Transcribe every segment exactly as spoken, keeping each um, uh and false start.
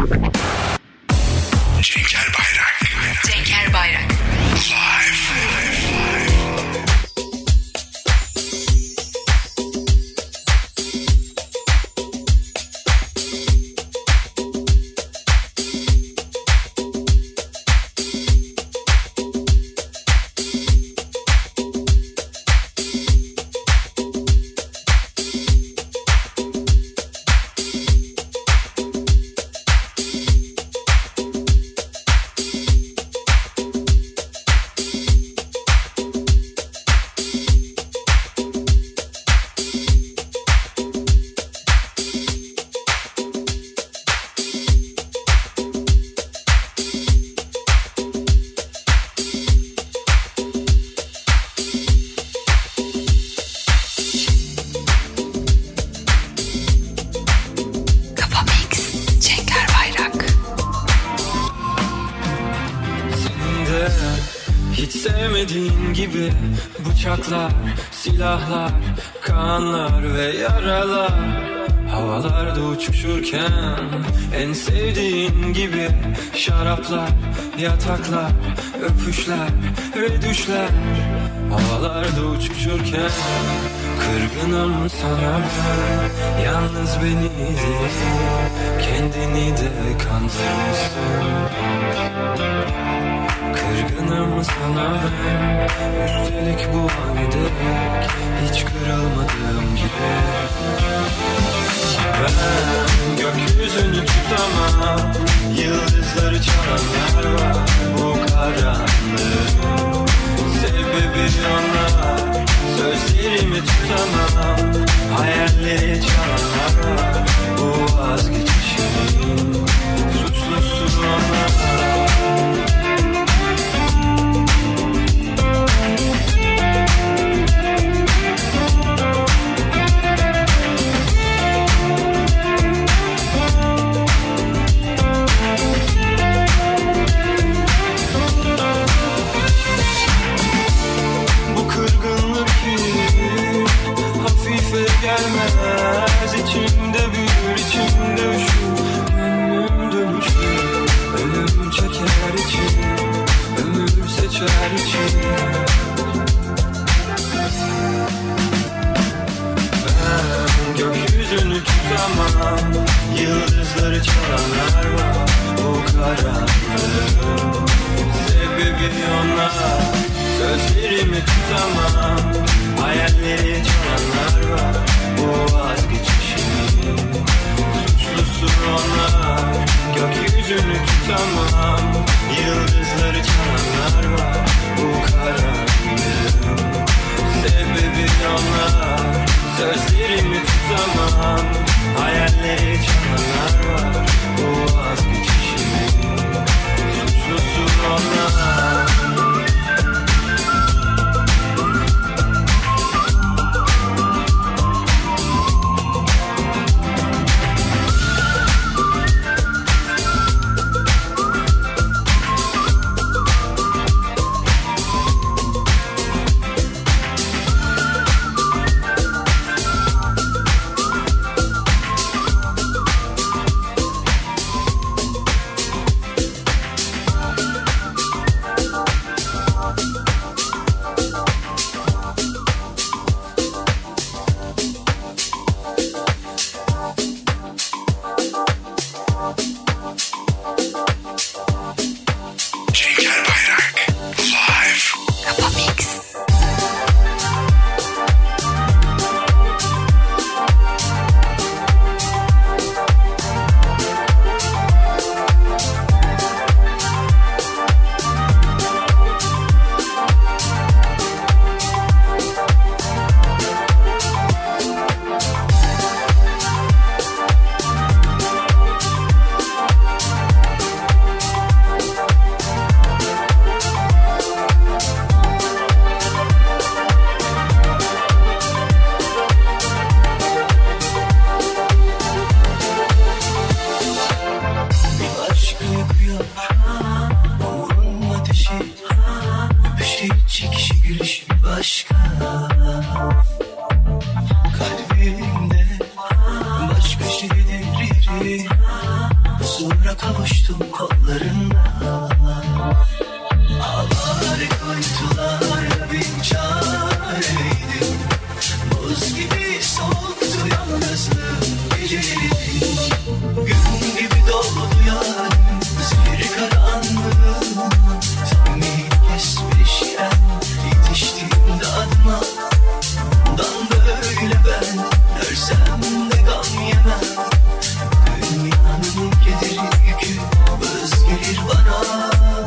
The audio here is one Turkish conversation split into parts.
Cenker Bayrak. Cenker Bayrak. Live. Bıçaklar, silahlar, kanlar ve yaralar havalarda uçuşurken en sevdiğin gibi şaraplar, yataklar, öpüşler ve düşler havalarda uçuşurken kırgınım sana yalnız beni değil kendini de kandırmışsın. Kırgınım sana üstelik bu halde hiç kırılmadığım gibi. Ben gökyüzünü tutamam, yıldızları çalanlar var bu karanlığın sebebi onlar. Sözlerimi tutamam, hayalleri çalanlar var bu vazgeçişimin suçlusu onlar. Gelmez içimde büyür içimde üşür gönlüm dönüşür ölüm çeker için ömür seçer için. Ben gökyüzünü tutamam, yıldızları çalanlar var bu karanlığın sebebi onlar. Sözlerimi tutamam, hayalleri çalanlar var bu vazgeçişimin suçlusu onlar. Gökyüzünü tutamam, yıldızları çalanlar var bu karanlığın sebebi onlar. Sözlerimi tutamam, hayalleri çalanlar var bu vazgeçişimin suçlusu onlar. Aşka kavuştum kollarında. Havale koydular bin çareydim. Buz gibi soğuktu yalnızlığım gecelerim. Gün gibi doldu yarım zifiri karanlığım. Tam ümit kesmişken yetiştiğimde adıma. Dan böyle ben ölsem de gam yemem. Dünyanın kederi yükü vız gelir bana.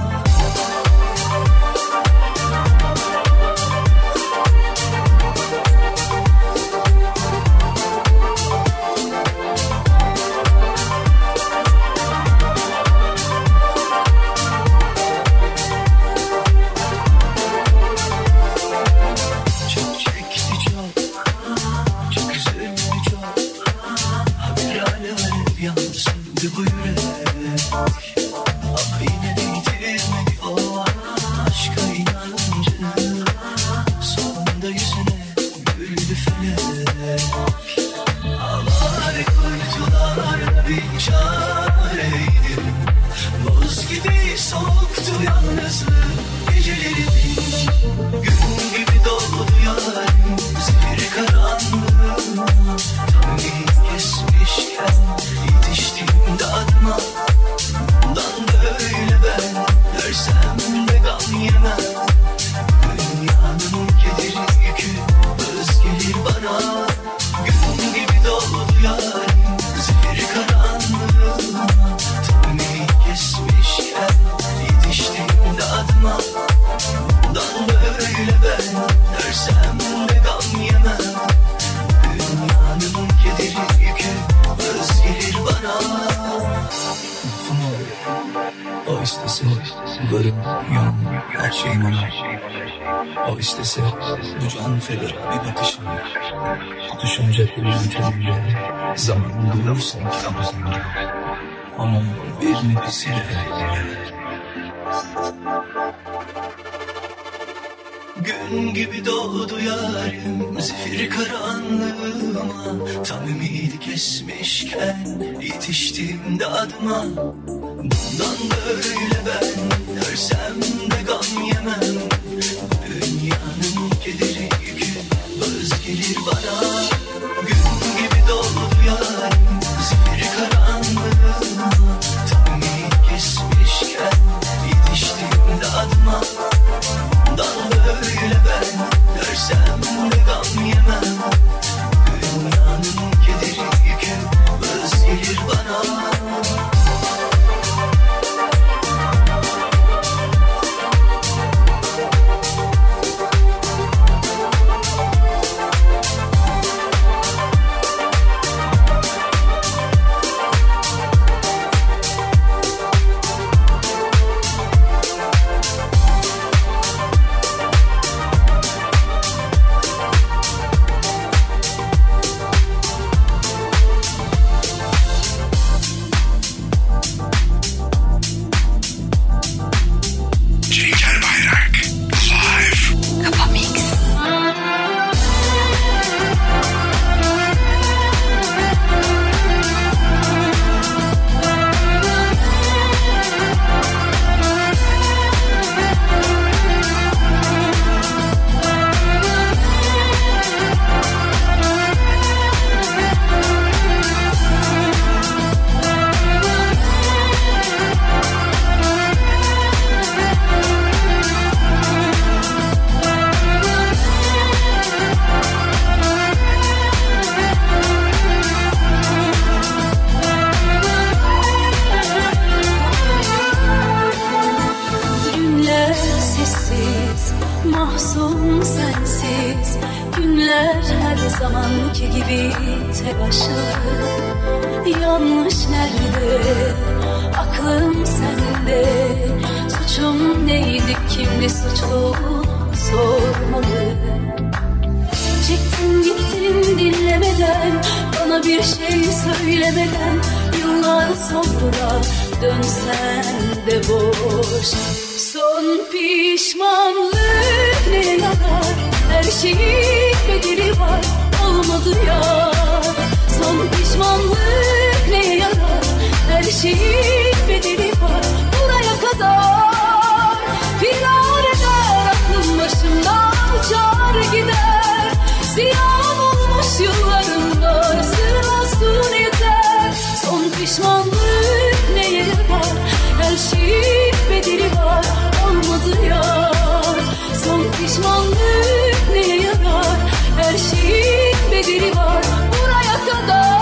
Bu yürek ama yine de yitirmedi o aşka inancı. Sonunda yüzüne güldü felek. Havale koydular bir çareydim. Buz gibi soğuktu yalnızlığım gecelerim. Gün gibi doldu yarım zifiri karanlığım. Tam ümit kesmişken yetiştiğimde adıma. Ondan böyle ben ölsem de gam yemem. Dünyanın kederi yükü vız gelir bana. Gün gibi doldu yarım zifiri karanlığım. Tam ümit kesmişken yetiştiğimde adıma. Ondan böyle ben ölsem de gam yemem. Dünyanın kederi yükü vız gelir bana. O istese varım yan her şeyim ona. O istese bu can feda bir bakışına. Tutuşunca kolun teninde zaman durur sanki amacında. Onun bir nefesiyle gün gibi doğdu yarım zifiri karanlığıma. Tam ümidi kesmişken yetiştiğimde adıma. Bundan böyle ben ölsem de gam yemem. Dünyanın kederi yükü vız gelir bana. Gün gibi doğdu yarım zifiri karanlığıma. Tam ümidi kesmişken yetiştiğimde adıma. Bundan böyle ben ölsem de gam yemem. Dünyanın kederi yükü vız gelir bana. Mahzun sensiz günler her zamanki gibi telaşlı. Yanlış nerede, aklım sende. Suçum neydi, kimdi suçlu sormalı. Çektin gittin dinlemeden, bana bir şey söylemeden. Yıllar sonra dönsen de boş. Son pişmanlık ne yarar, her şeyin bedeli var, olmadı ya. Son pişmanlık ne yarar, her şeyin yapar, her şeyin bedeli var. Olmadı ya, son pişmanlık neye yarar? Her şeyin bedeli var, buraya kadar.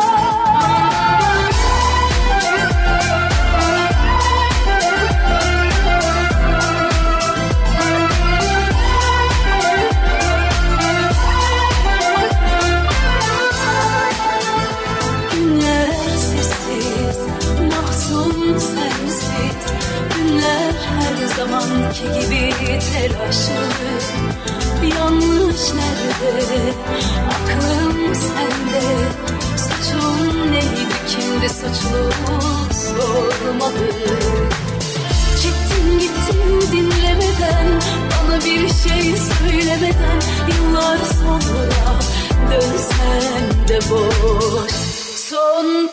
Sensiz günler her zamanki gibi telaşlı. Bir yanlış nerede, aklım sende. Suçum neydi, kimdi suçlu, sormadı. Çektin gittin dinlemeden, bana bir şey söylemeden. Yıllar sonra dönsen de boş. Son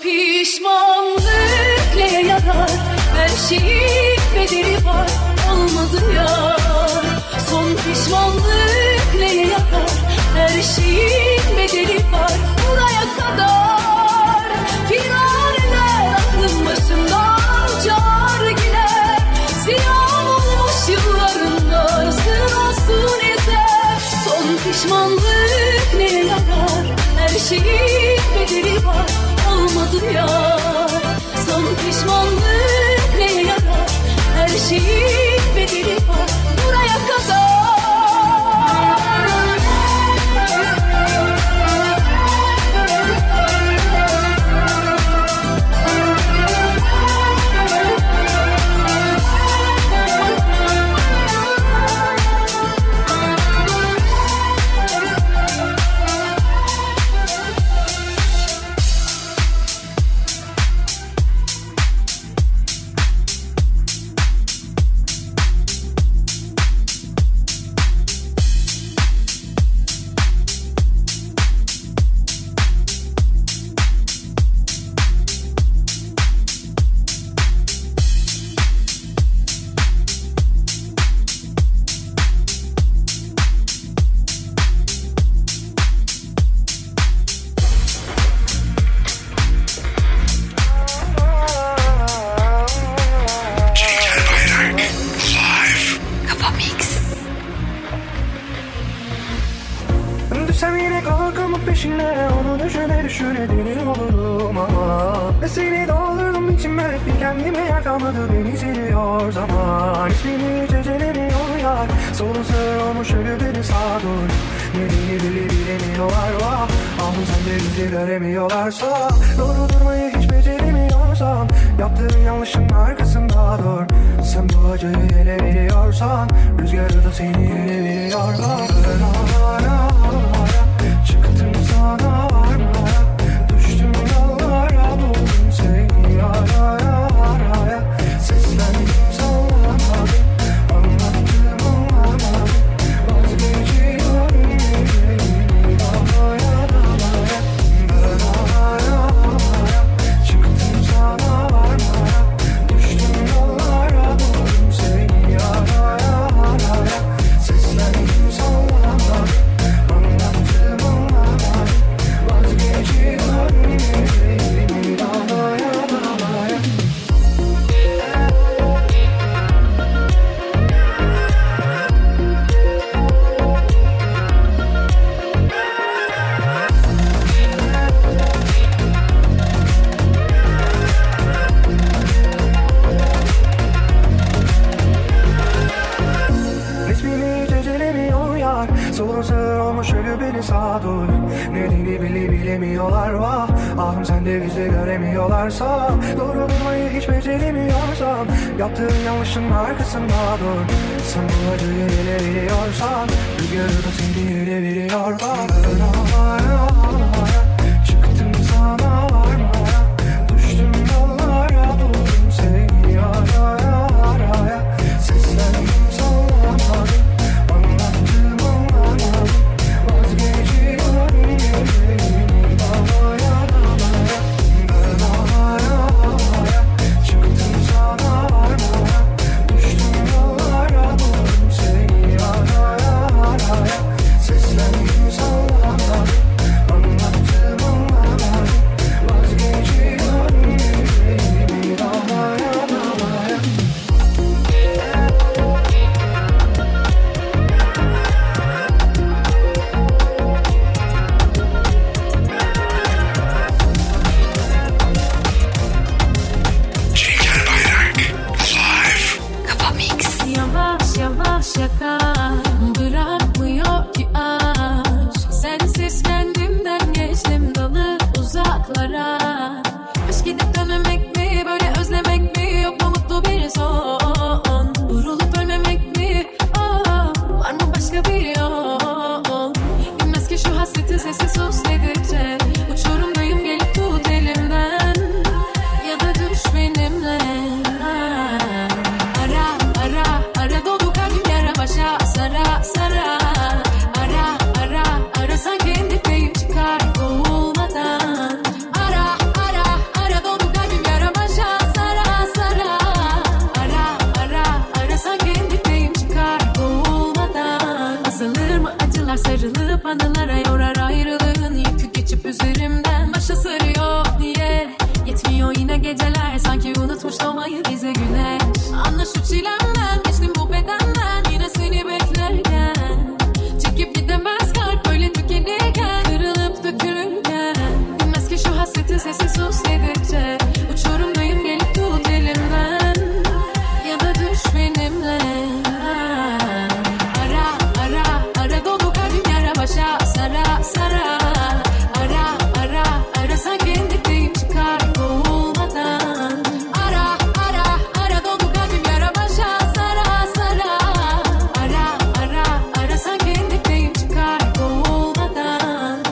pişmanlık neye yarar? Her şeyin bedeli var. Olmadı ya, son pişmanlık neye yarar? Her şeyin bedeli var, buraya kadar. Firar eder aklım başımdan, uçar gider. Ziyan olmuş yıllarımda, nasıl olsun yeter. Son pişmanlık neye yarar? Her şeyin bedeli var. Olmadı ya, son pişmanlık neye yarar? Her şeyin bedeli var, buraya kadar. Seslendim sana, anlattım Sanki unutmuş doğmayı bize güneş. Anla şu çilemden, geçtim bu bedenden, yine seni beklerken. Çekip gidemez kalp böyle tükenirken, kırılıp dökülürken. Bilmez ki şu hasretin sesi sus dedikçe. Uçurumdayım gelip tut elimden, ya da düş benimle. Ara ara ara dolu kalbim yara başa sara sara. Ara ara ara sanki endipteyim çıkar boğulmadan. Ara ara ara dolu kalbim yara başa sara sara. Ara ara ara sanki endipteyim çıkar boğulmadan.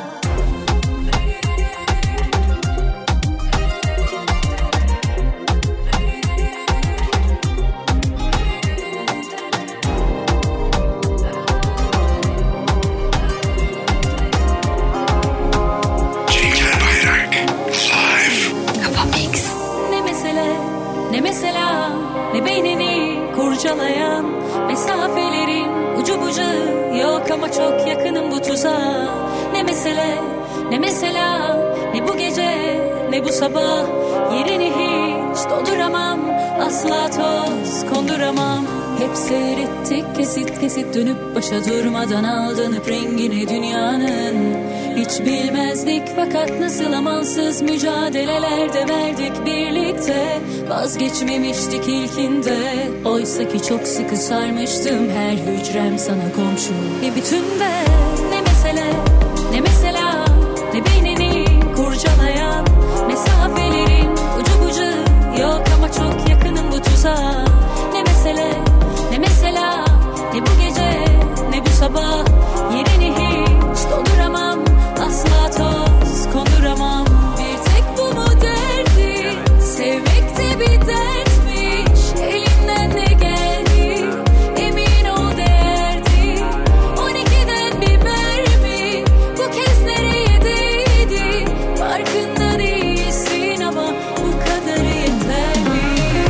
Cenker Bayrak Live. Kafa Mix. Ne mesele, ne mesela, ne beynini kurcalayan mesafelerin ucu bucu yok ama çok yakınım bu tuzağa. Ne mesele, ne mesela, ne bu gece, ne bu sabah, yerini hiç dolduramam, asla toz konduramam. Hep seyrettik kesit kesit dönüp başa durmadan aldanıp rengine dünyanın. Hiç bilmezdik fakat nasıl amansız mücadelelerde verdik birlikte. Vazgeçmemiştik ilkinde, oysa ki çok sıkı sarmıştım her hücrem sana komşu bir bütünde. Ne mesele, ne mesela, ne beynini kurcalayan mesafelerin ucu bucu yok ama çok yakınım bu tuzağa. Ne mesele, ne mesela, ne bu gece, ne bu sabah, yerini hiç dolduramam, asla toz konduramam. Bir tek bu mu derdi, sevmek de bir dertmiş. Elinden ne geldi, emin ol değerdi. On ikiden bir mermi, bu kez nereye değdi? Farkında değilsin ama bu kadar yeterli.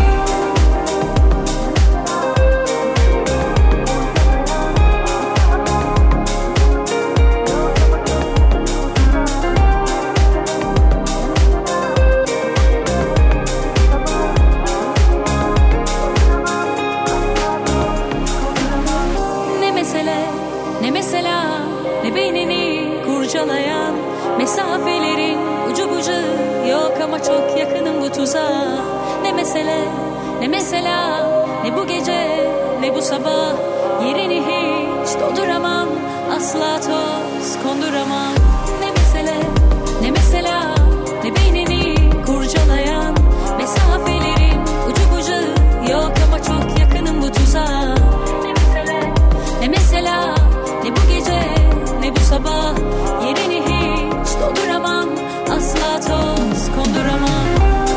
Ne mesele, ne mesela, ne beynini kurcalayan mesafelerin ucu bucu yok ama çok yakınım bu tuzağa. Ne mesele, ne mesela, ne bu gece, ne bu sabah, yerini hiç dolduramam, asla toz konduramam. Ne mesele, ne mesela, ne beynini kurcalayan mesafelerin ucu bucu yok ama çok yakınım bu tuzağa. Ne mesele, ne mesela, ne bu gece, ne bu sabah, yerini hiç dolduramam, asla toz konduramam.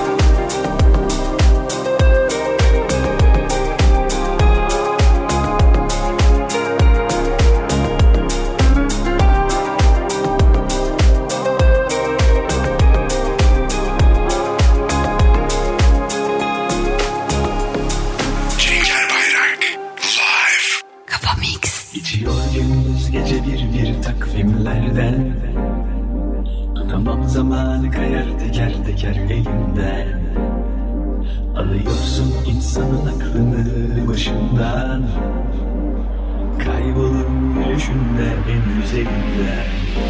Cenker Bayrak Live. Kafa Mix. Geçiyor gündüz gece bir bir takvimlerden. Tutamam zamanı kayar teker teker elimden. Alıyorsun insanın aklını başından. Kaybolurum gülüşünde en güzelinden.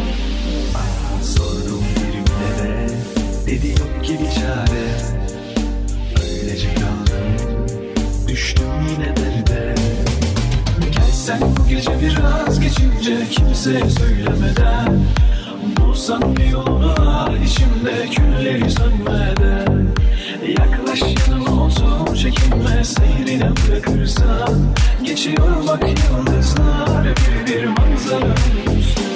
Sordum birine de dedi yok ki bir çare. Öylece kaldım, düştüm yine derde. Gelsen bu gece biraz geçince kimseye söylemeden. Bulsan bir yolunu al içimde külleri sönmeden. Yaklaş yanıma otur çekinme seyrine bırakırsan. Geçiyor bak yıldızlar bir bir manzara üstüne.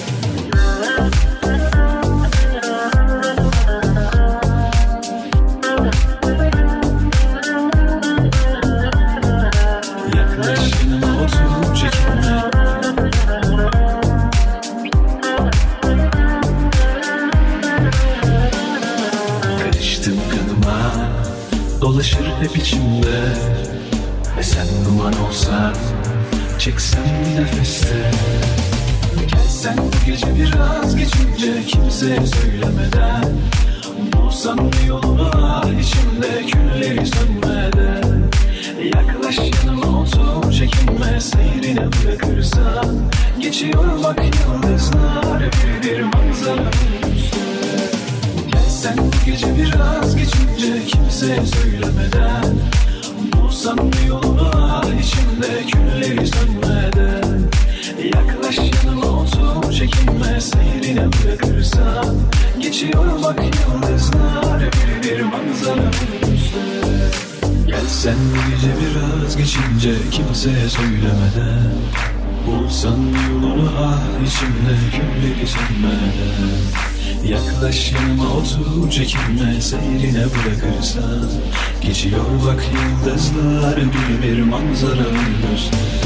Dolaşır hep içimde ve sen duman olsan çeksem nefeste. Gelsen bu gece biraz geçince kimseye söylemeden. Bulsan bir yolunu içimde külleri sönmeden. Yaklaş yanıma otur çekinme seyrine bırakırsan. Geçiyor bak yıldızlar bir bir manzaranın üstüne. Gel sen bu gece biraz geçince kimseye söylemeden. Bulsan bir yolunu içimde külleri sönmeden. Yaklaş yanıma otur çekinme seyrine bırakırsan. Geçiyor bak yıldızlar bir bir manzaranın üstüne. Gel sen bu gece biraz geçince kimseye söylemeden. Bulsan yolunu ah içimde külleri sönmeden. Yaklaş yanıma otur çekinme seyrine bırakırsan. Geçiyor bak yıldızlar bir bir manzaranın üstüne.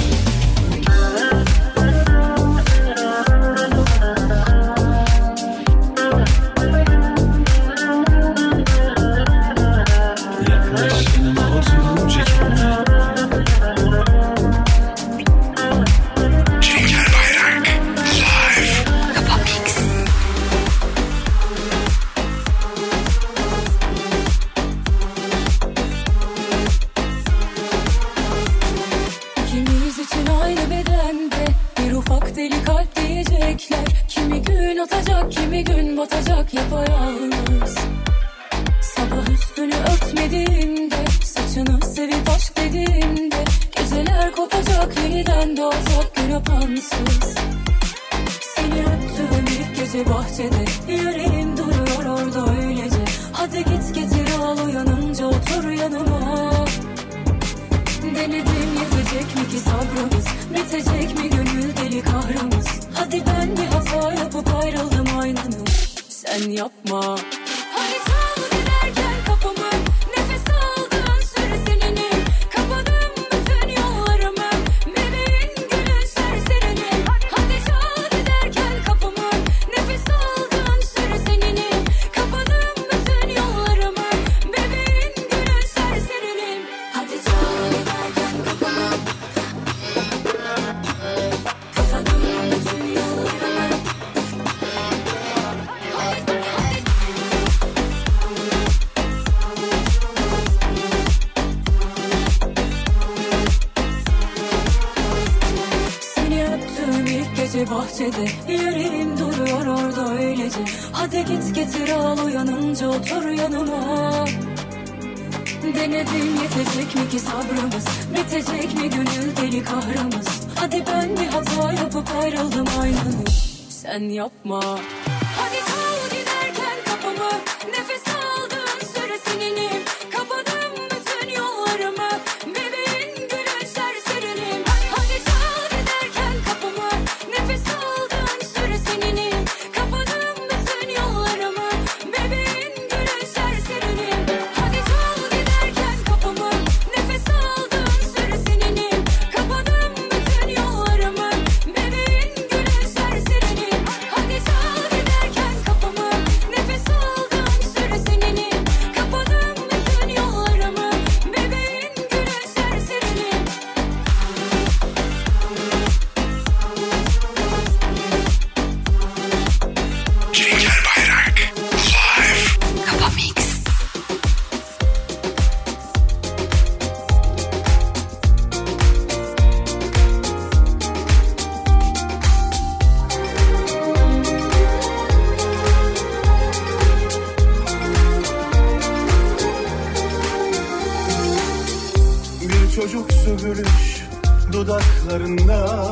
Çocuksu gülüş dudaklarında,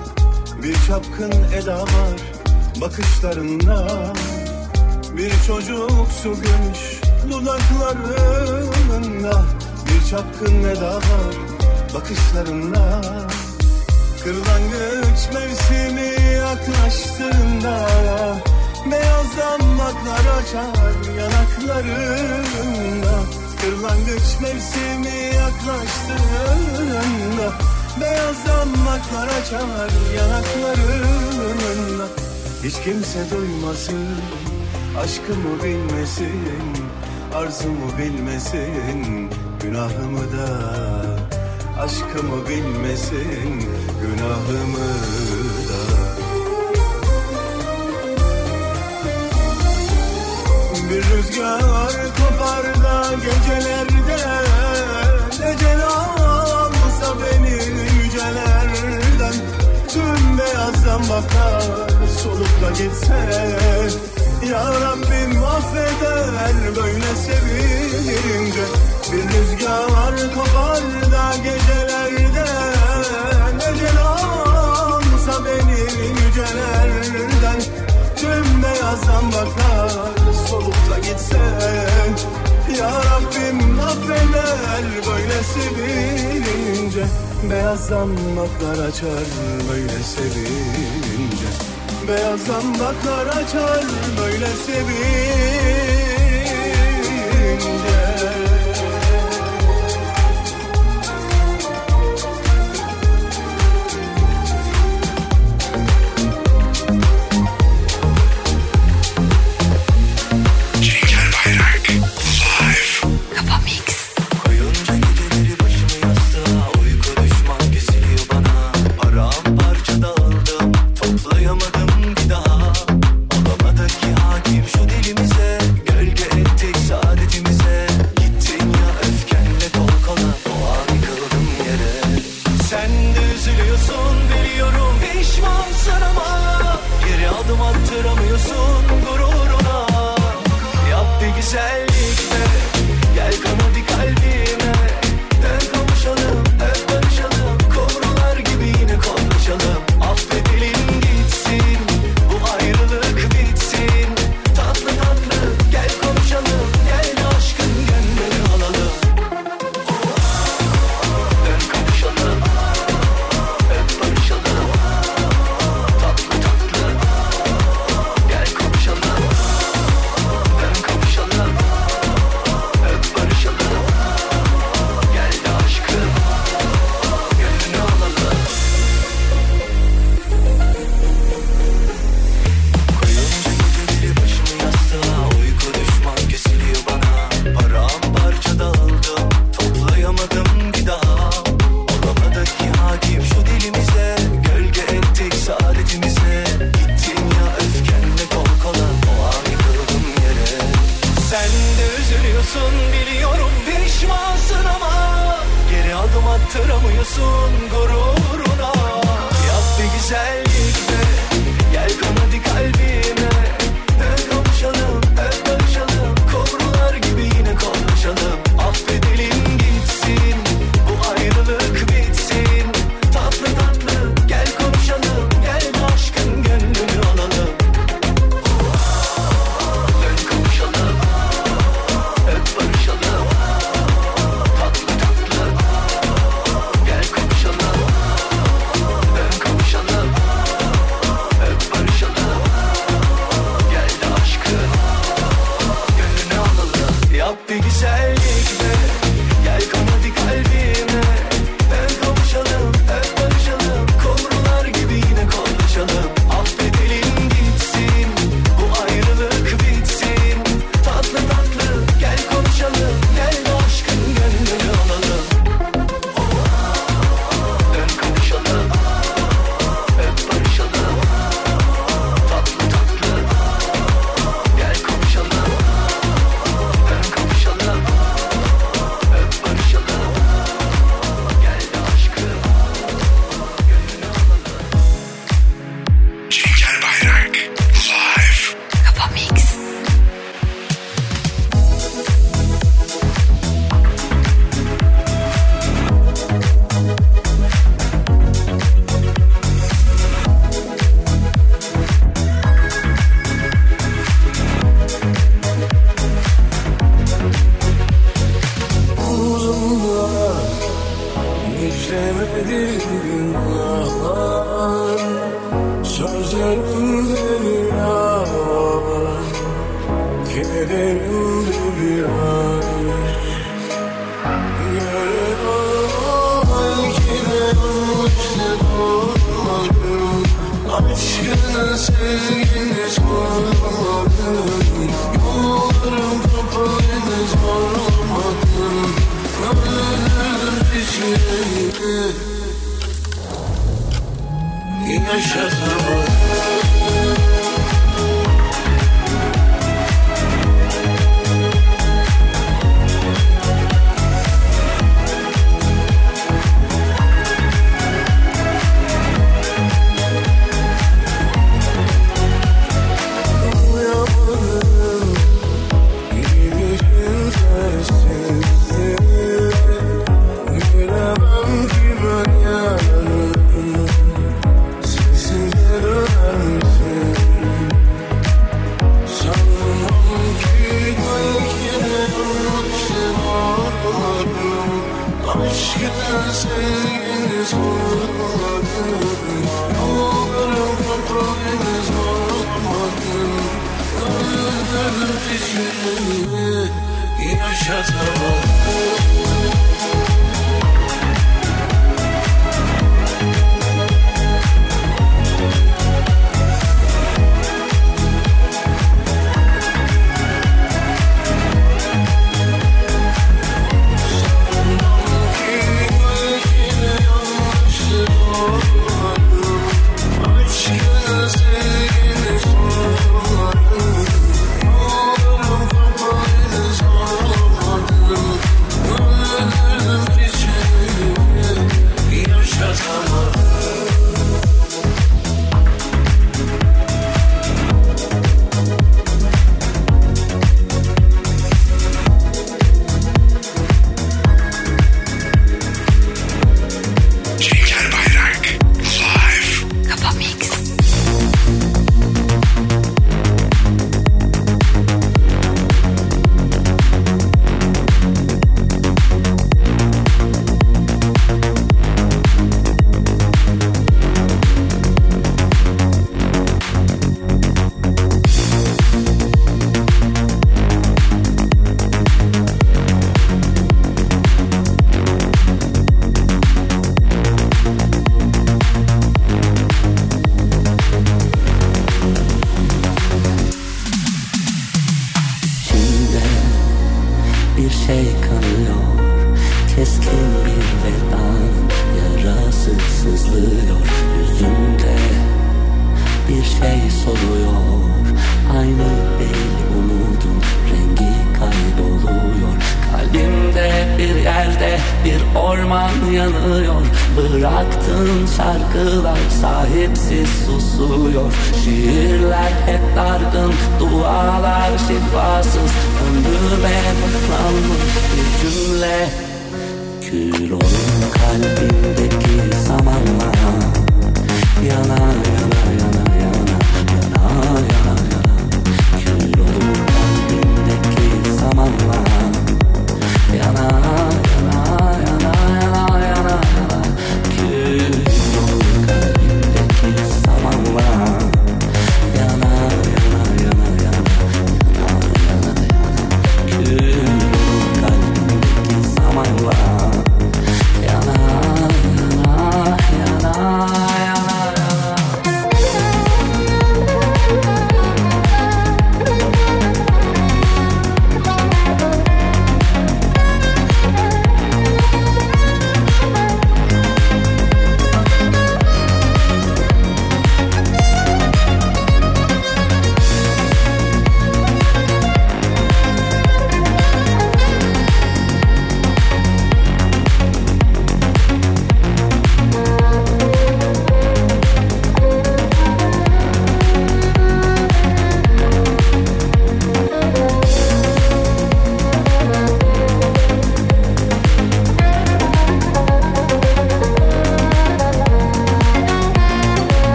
bir çapkın eda var bakışlarında. Bir çocuksu gülüş dudaklarında, bir çapkın eda var bakışlarında. Kırlangıç mevsimi yaklaştığında, beyaz damlaklar açar yanaklarında. Kırlangıç mevsimi yaklaştığında, beyaz damlaklar açar yanaklarında. Hiç kimse duymasın, aşkımı bilmesin, arzumu bilmesin, günahımı da. Aşkımı bilmesin, günahımı da. Bir rüzgar kopar da gecelerde, ecel alsa beni yücelerden. Tüm beyazdan bakar solup da gitse, ya Rabbim affeder böyle sevince. Bir rüzgar kopar da gecelerde, ecel alsa beni yücelerden. Tüm beyazdan bakar solup da gitse, ya Rabbim affeder böyle sevince. Beyazdan baklar açar böyle sevince. Beyazdan baklar açar böyle sevince. Aşkına sevgini sormadım, yollarım toprağını sormadım. Öldürüp içimi yaşatamadım.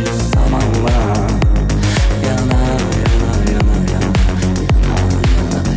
Yana yana yana yana yana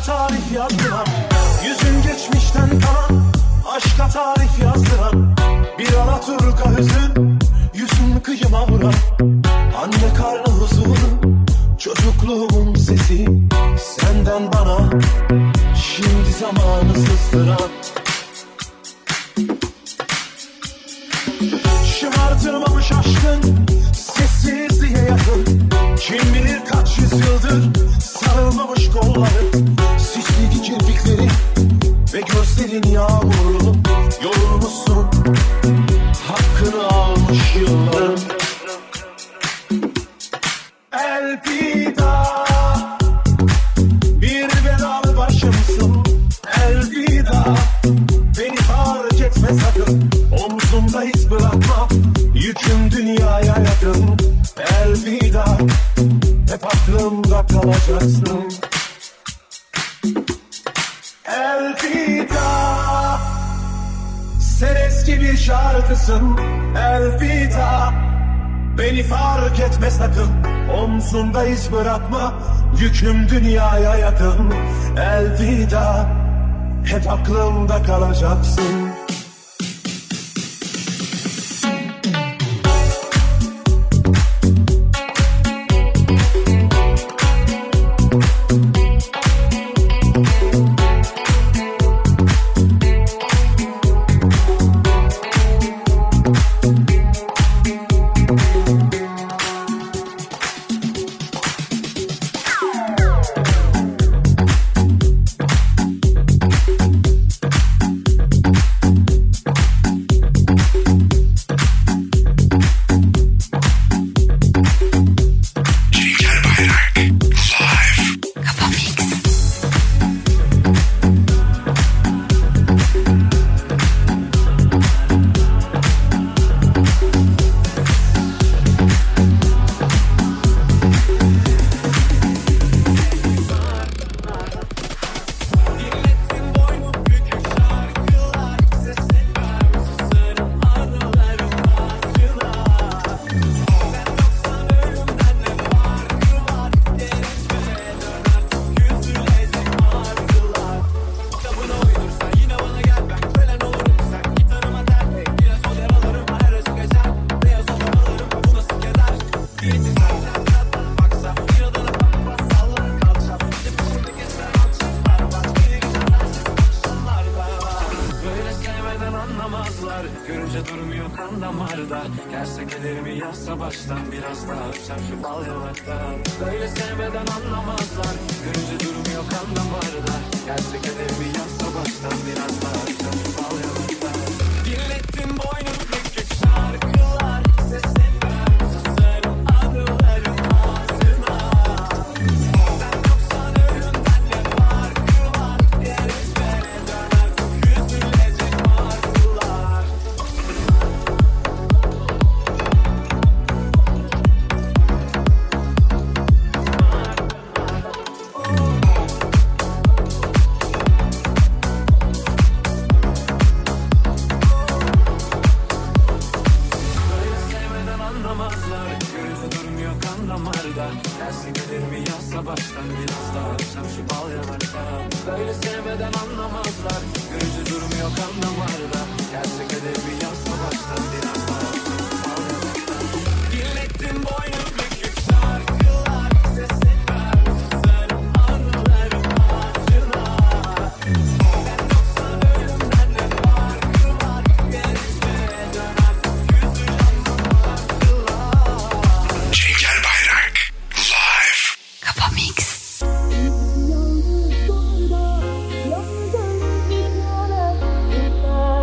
tarif yazdılar. Yüzün geçmişten kalan aşka tarif yazdıran. Bir Alaturka hüzün yüzün kıyıma vuran. Anne karnı huzuru, çocukluğumun sesi. Senden bana şimdi zamanı sızdıran. Şımartılmamış aşkın sessizliğe yakın. Kim bilir kaç yüzyıldır sarılmamış kolları. Sisli kirpikleri ve gözlerin yağmurlu. Yorulmuşsun, hakkını almış yılların. Elvida, bir vedalı başımsın. Elvida, beni fark etme sakın. Omzumda iz bırakma, yüküm dünyaya yakın. Elvida, hep aklımda kalacaksın. Elvida, sen eski bir şarkısın. Elvida, beni fark etme sakın. Omzumda iz bırakma, yüküm dünyaya yakın. Elvida, hep aklımda kalacaksın. Yalnız burada, yalnız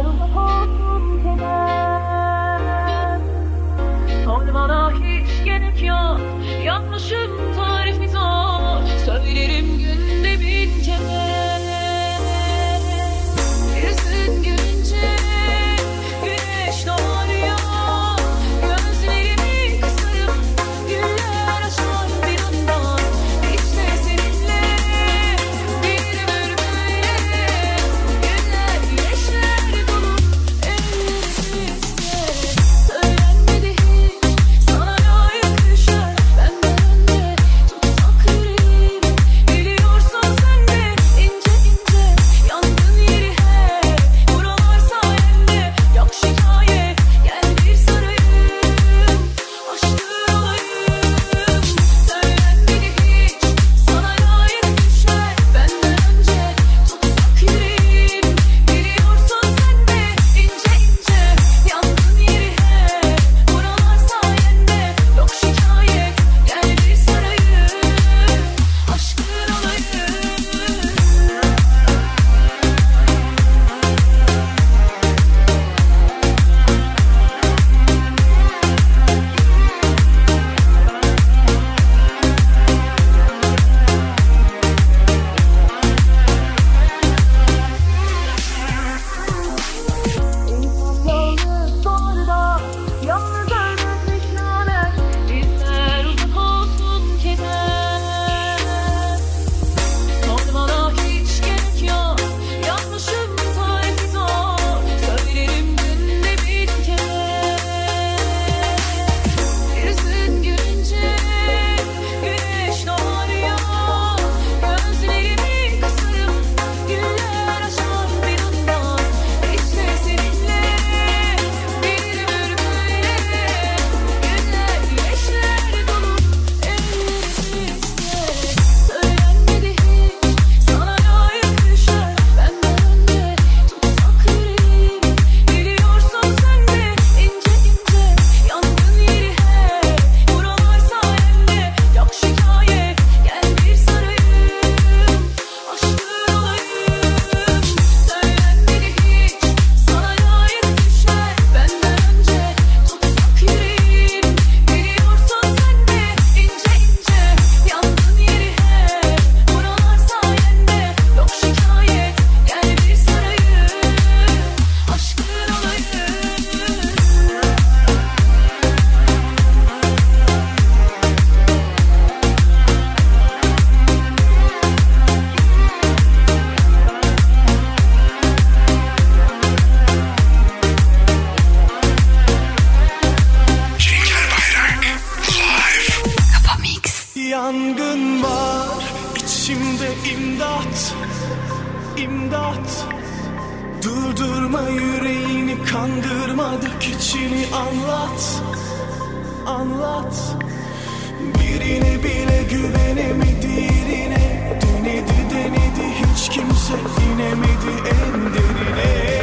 Durdurma yüreğini, kandırma, dök içini, anlat, anlat. Birine bile güvenemedi, yerine denedi denedi, hiç kimse inemedi en derine.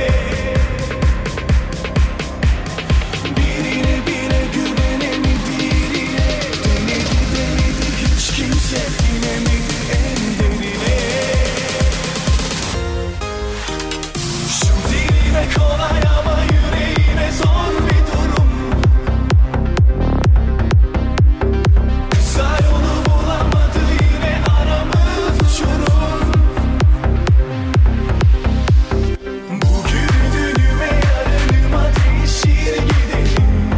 Birine bile güvenemedi, yerine denedi denedi, hiç kimse inemedi en derine. Şu dilime kolay ama yüreğime zor bir durum. Kısa yolu bulamadı, yine aramız uçurum. Bugün dünüme yarınıma değişir gidelim.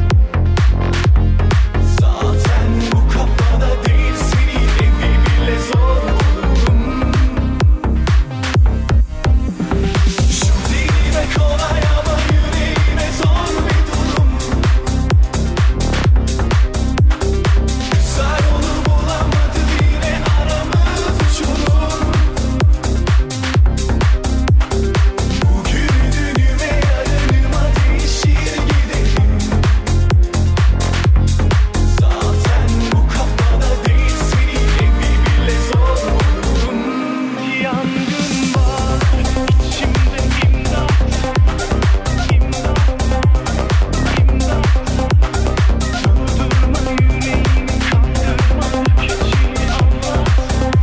Zaten bu kafada değil, senin evi bile zor bulurum. Şu dilime kolay ama yüreğime zor bir durum. Kısa yolu bulamadı, yine aramız uçurum. Bugün dünüme yarınıma değişir gidelim. Zaten bu kafada değil, senin evi bile zor bulurum. Yangın var içimde, imdat, imdat, imdat. Durdurma yüreğimi, kandırma, dök içini, anlat,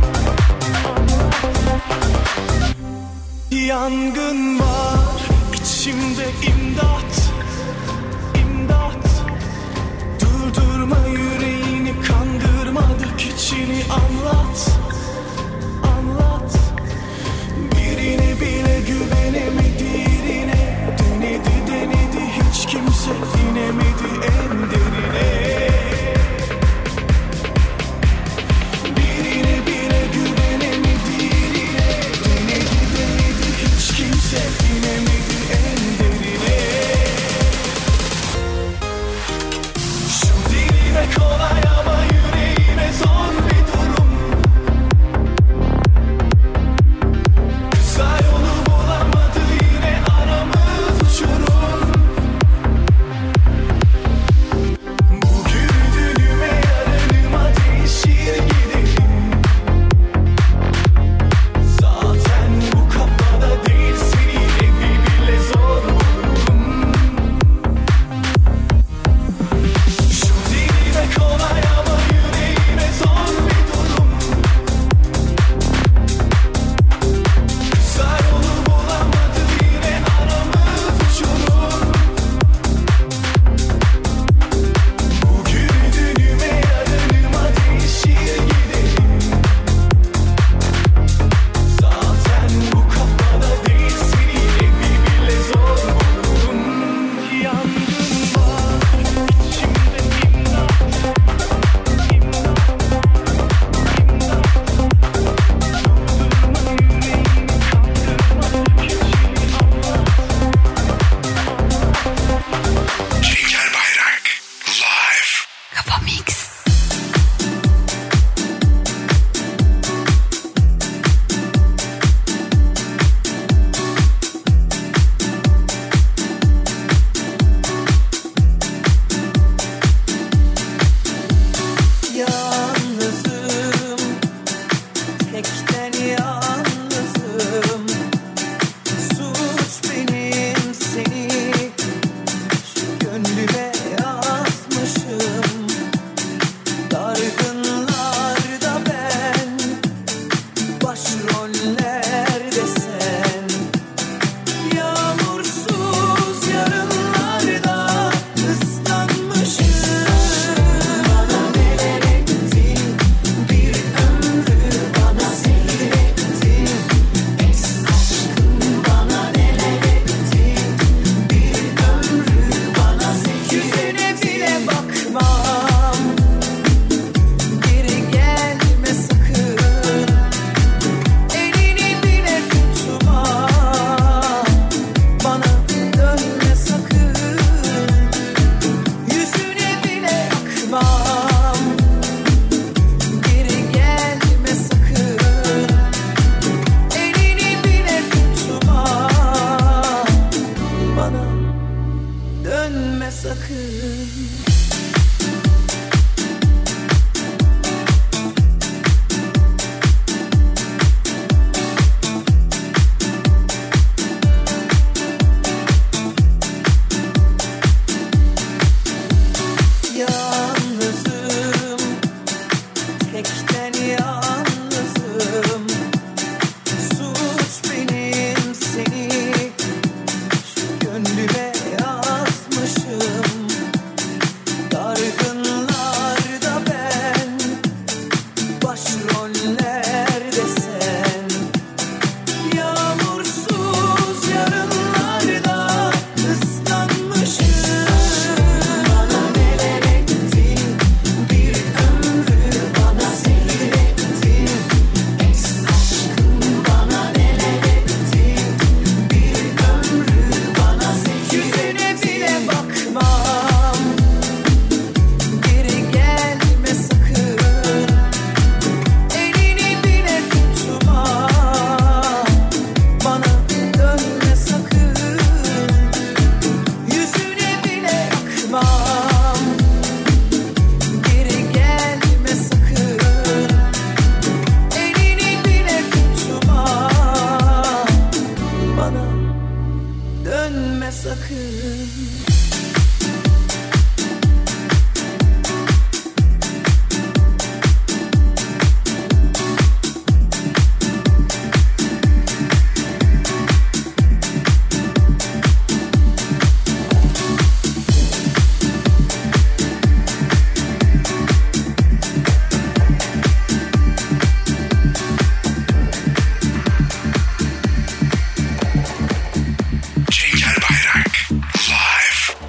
anlat. Yangın var içimde, imdat, imdat. Durdurma yüreğini, kandırma, dök içini, anlat, anlat. Birine bile güvenemedi, yerine denedi denedi, hiç kimse inemedi en derine. Birine bile güvenemedi, yerine denedi denedi, hiç kimse inemedi en derine. Şu dilime kolay ama yüreğime zor bir durum. sakın. Yalnızım, tekten yalnızım. Suç benim, seni şu gönlüme yazmışım. Dargınlarda ben, başrollerde sen. Yağmursuz yarınlarda ıslanmışım. Bana neler ettin, bir ömrü bana seyrettin. Es aşkım bana neler ettin, bir ömrü bana seyrettin. Yüzüne bile bakmam, geri gelme sakın. Elini bile tutma, bana dönme sakın. Yüzüne bile bakmam, geri gelme sakın. Elini bile tutma, bana dönme sakın. Cenk Erbayrak live.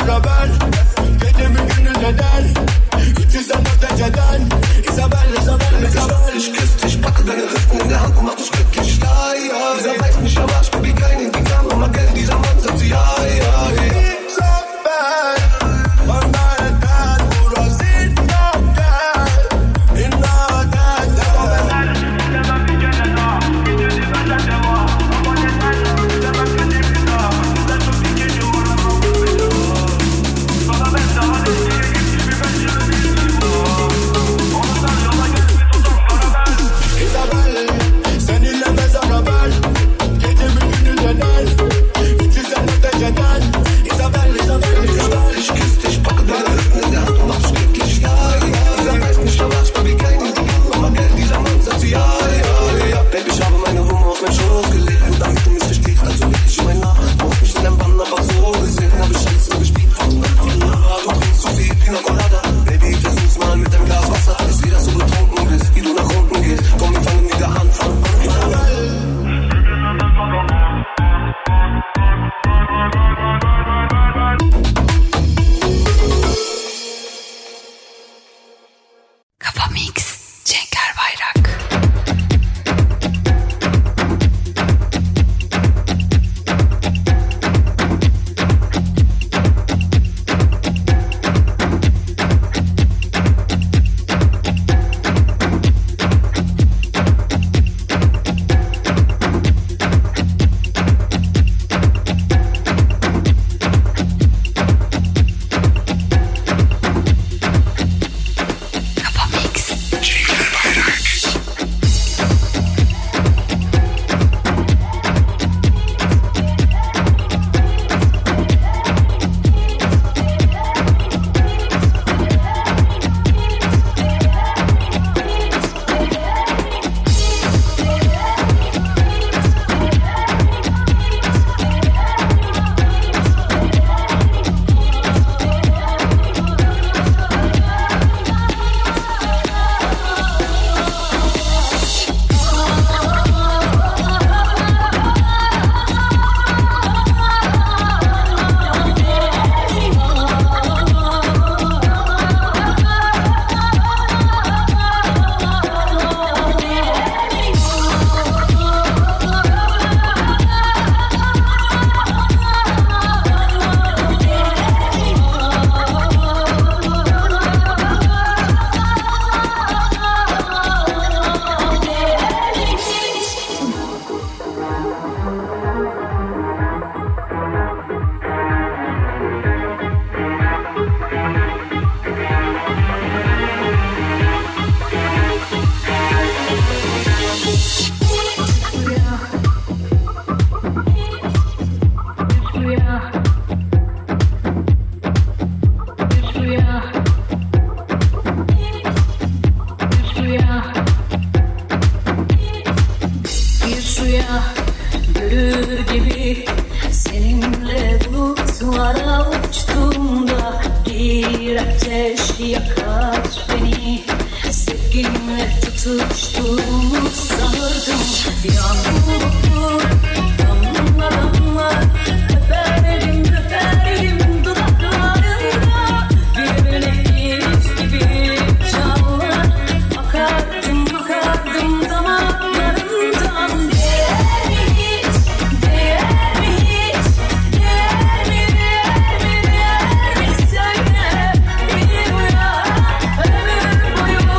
beraber. Gecemi gündüz eder. Hiç sen öteceden. Isabel, Isabel, Isabel. Ich küss dich, packe deine Hüften in der Hand und mach dich glücklich. Ja, ja, dieser weiß nicht, aber ich baby kein in die Kamera. Mal Geld, dieser Mann sagt sie, ja, ja, ja. Isabel, von deiner Tat, Bruder, sieht noch geil. In der Tat,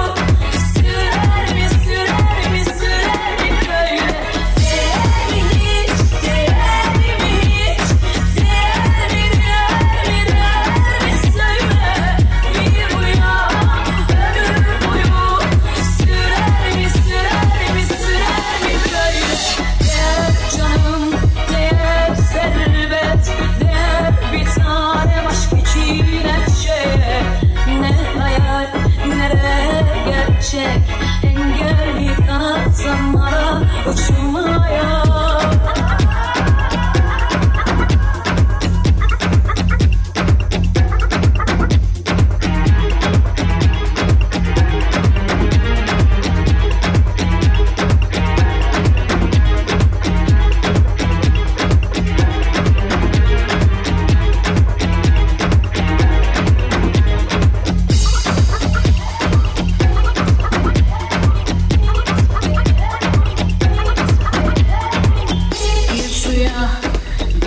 sürer mi sürer mi sürer mi böyle?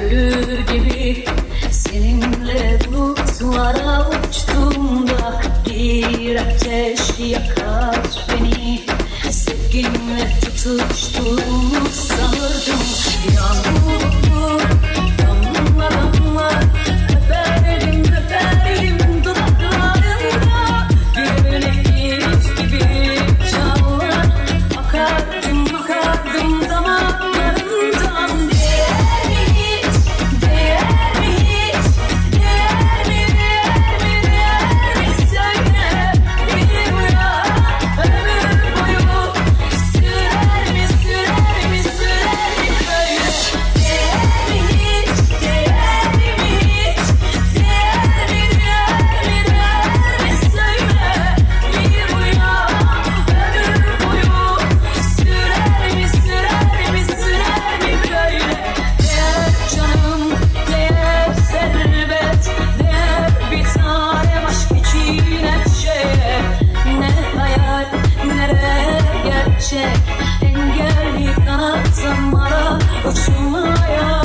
görür gibi seninle bulutlara uçtuğumda bir ateş yakar beni. Sevginle tutuştuğumu sanırdım. Yağmur damla damla öperim öperim dudaklarında. Güneş gibi çağlar akardım akardım damarlarından. Değer mi hiç, değer mi hiç, değer mi, değer mi, değer mi söyle. Bir rüya ömür boyu sürer mi, sürer mi, sürer mi böyle. Değer mi hiç, değer mi hiç, değer mi, değer mi, değer mi söyle. Bir rüya ömür boyu sürer mi, sürer mi, sürer mi böyle. Değer canım, değer servet, değer bir tane aşk için her şeye. Ne hayal, nere gerçek, engelli kanatlanmara uçmaya.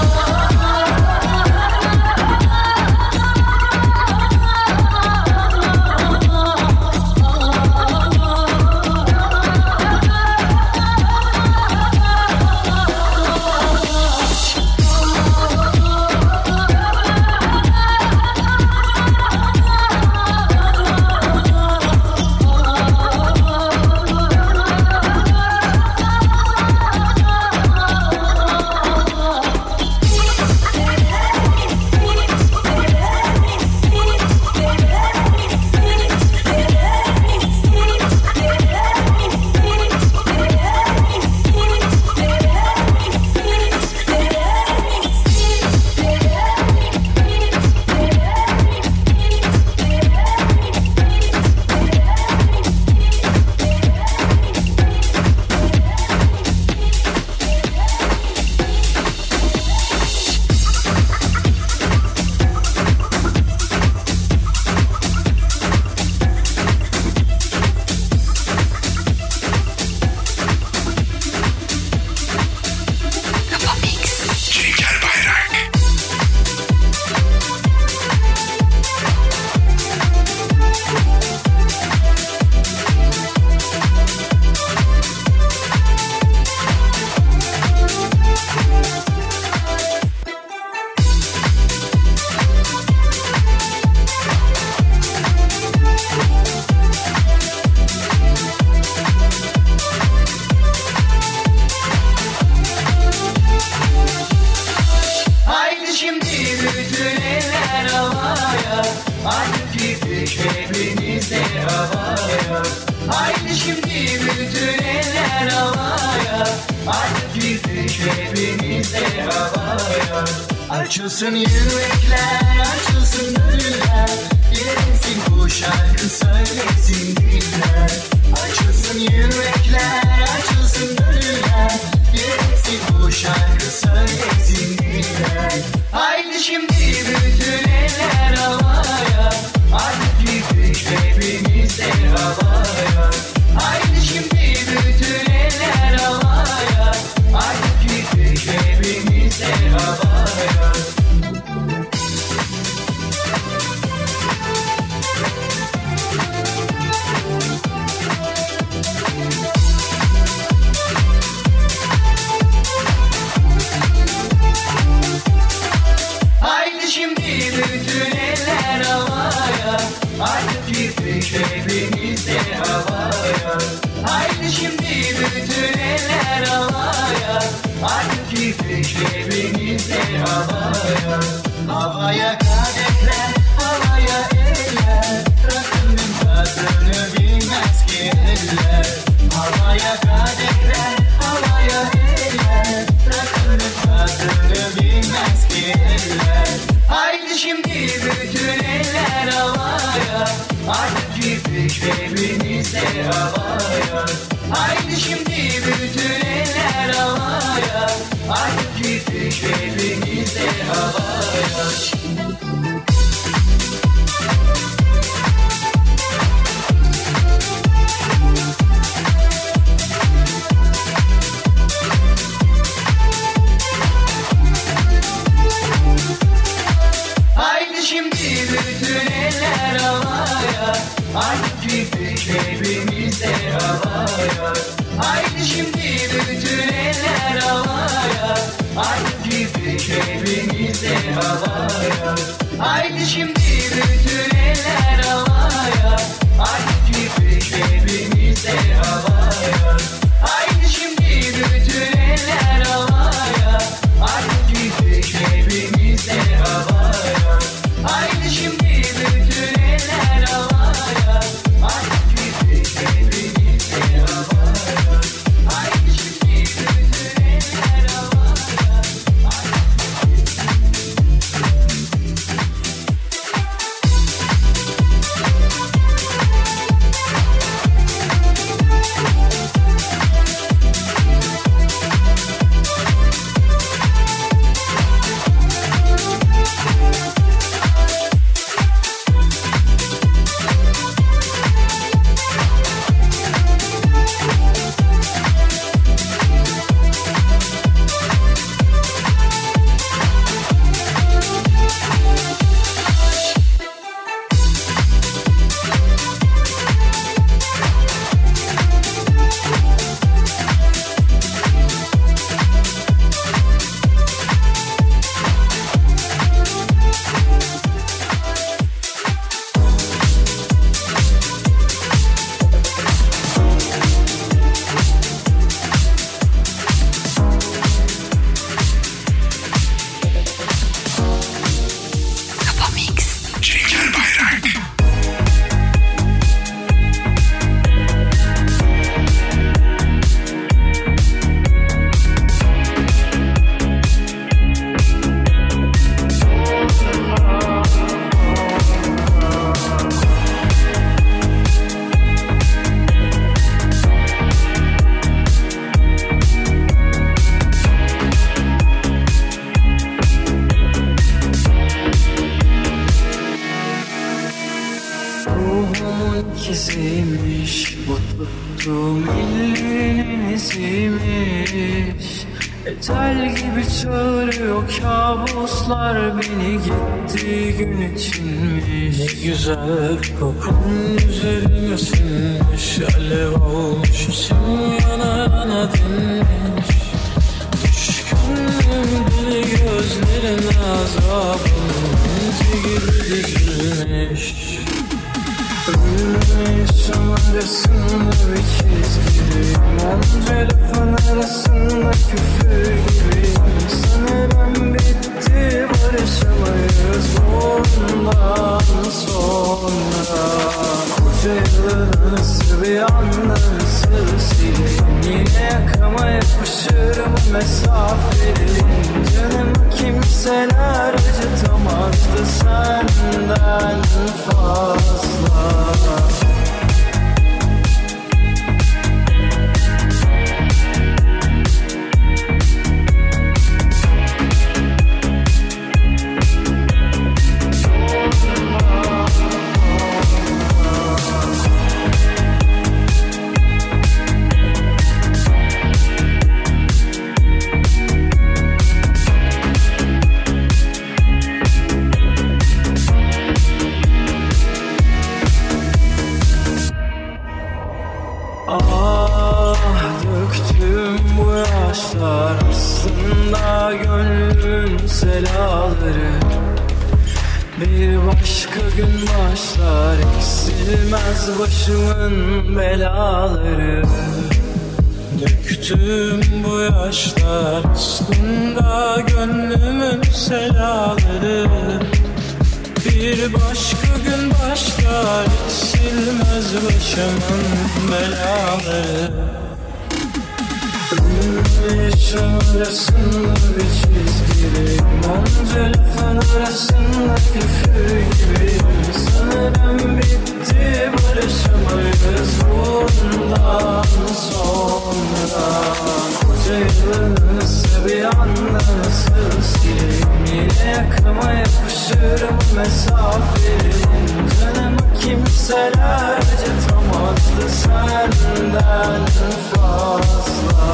Cenker Bayrak. Haydi şimdi bütün eller havaya, artık gittik hepimizde havaya. Haydi şimdi bütün eller havaya, artık gittik hepimizde havaya. Açılsın yürekler, açılsın gönüller, dilensin bu şarkı söylesin diller. Açılsın yürekler, açılsın gönüller, dilensin bu şarkı söylesin diller. Haydi şimdi bütün eller havaya, artık gittik hepimizde havaya. Haydi şimdi bütün eller havaya, artık gittik hepimizde havaya. Haydi şimdi bütün eller havaya, artık gittik hepimizde havaya. Haydi şimdi bütün eller havaya, artık gittik hepimizde havaya. Havaya kadehler, havaya eller, rakının tadını bilmez ki eller. Havaya kadehler, havaya eller, rakının tadını bilmez ki eller. Haydi şimdi bütün eller havaya, artık gittik hepimizde havaya. Haydi şimdi bütün eller havaya, artık gittik hepimizde havaya. kalbimizde havaya. Haydi şimdi bütün eller havaya. Haydi titreşimimizde havaya. Haydi şimdi bütün eller havaya. Haydi titreşimimizde havaya. Haydi şimdi bütün eller havaya. Haydi titreşimimizde havaya. Haydi şimdi bütün eller havaya. ikiziymiş, bu tuttuğum ellerinin iziymiş. Ecel gibi çağırıyor kabuslar beni, gittiği gün içinmiş. Ne güzel kokun üzerime sinmiş, alev olmuş içim yana yana dinmiş. Düşkünüm deli gözlerin azabının inci gibi dizilmiş. Ölmüşüm arasında bir çizgiyim, onca lafın arasında küfür gibiyim. Sanırım bitti, barışamayız bundan sonra. Koca yılın ısı bir anda ısır sileyim, yine yakama yapışırım mesafeliyim. Canım kimseler acıtamazdı senden fazla. Aslında gönlümün selaları, bir başka gün başlar, eksilmez başımın belaları. Döktüm bu yaşlar aslında gönlümün selaları, bir başka gün başlar, eksilmez başımın belaları. Yaşam arasında bir çizgiliyim, onca lafın arasında küfür gibiyim. Sanırım bitti, barışamayız bundan sonra. Koca yılın ısı bir anda nasıl sileyim, yine yakama yapışırım mesafeliyim. Canımı kimseler acıtamazdı senden fazla.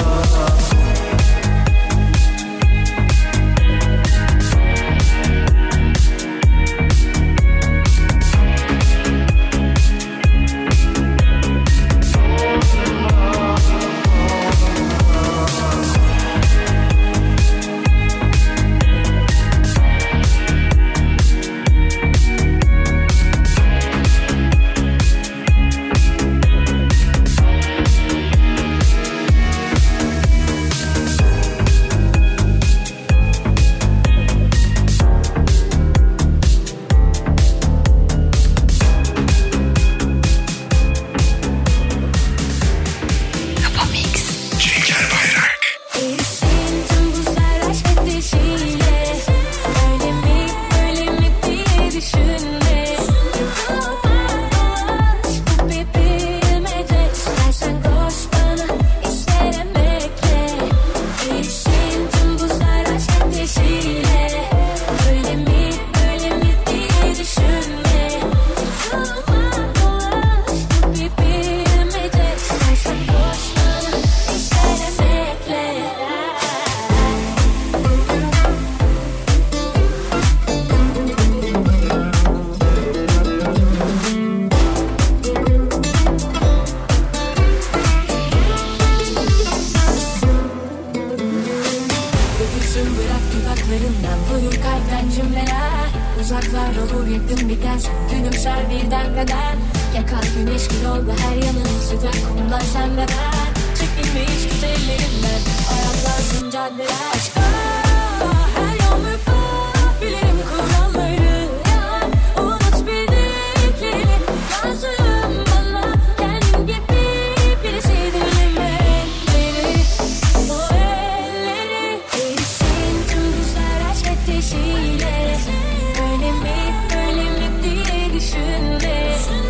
uzaklar olur yakın biten. Gülümser birden beden. Yakar güneş gün oldu her yanın sıcak kumlar sen ve ben. Çekilme hiç tut ellerimden. Ayaklarsın caddeler. Aşka her yağmur bağ. Bilirim kuralları. Ya unut bildikleri. Lazım bana kendim gibi birisi dinlemekleri. O elleri erisin tüm buzlar aşk ateşiyle. Öyle mi öyle mi diye düşünme.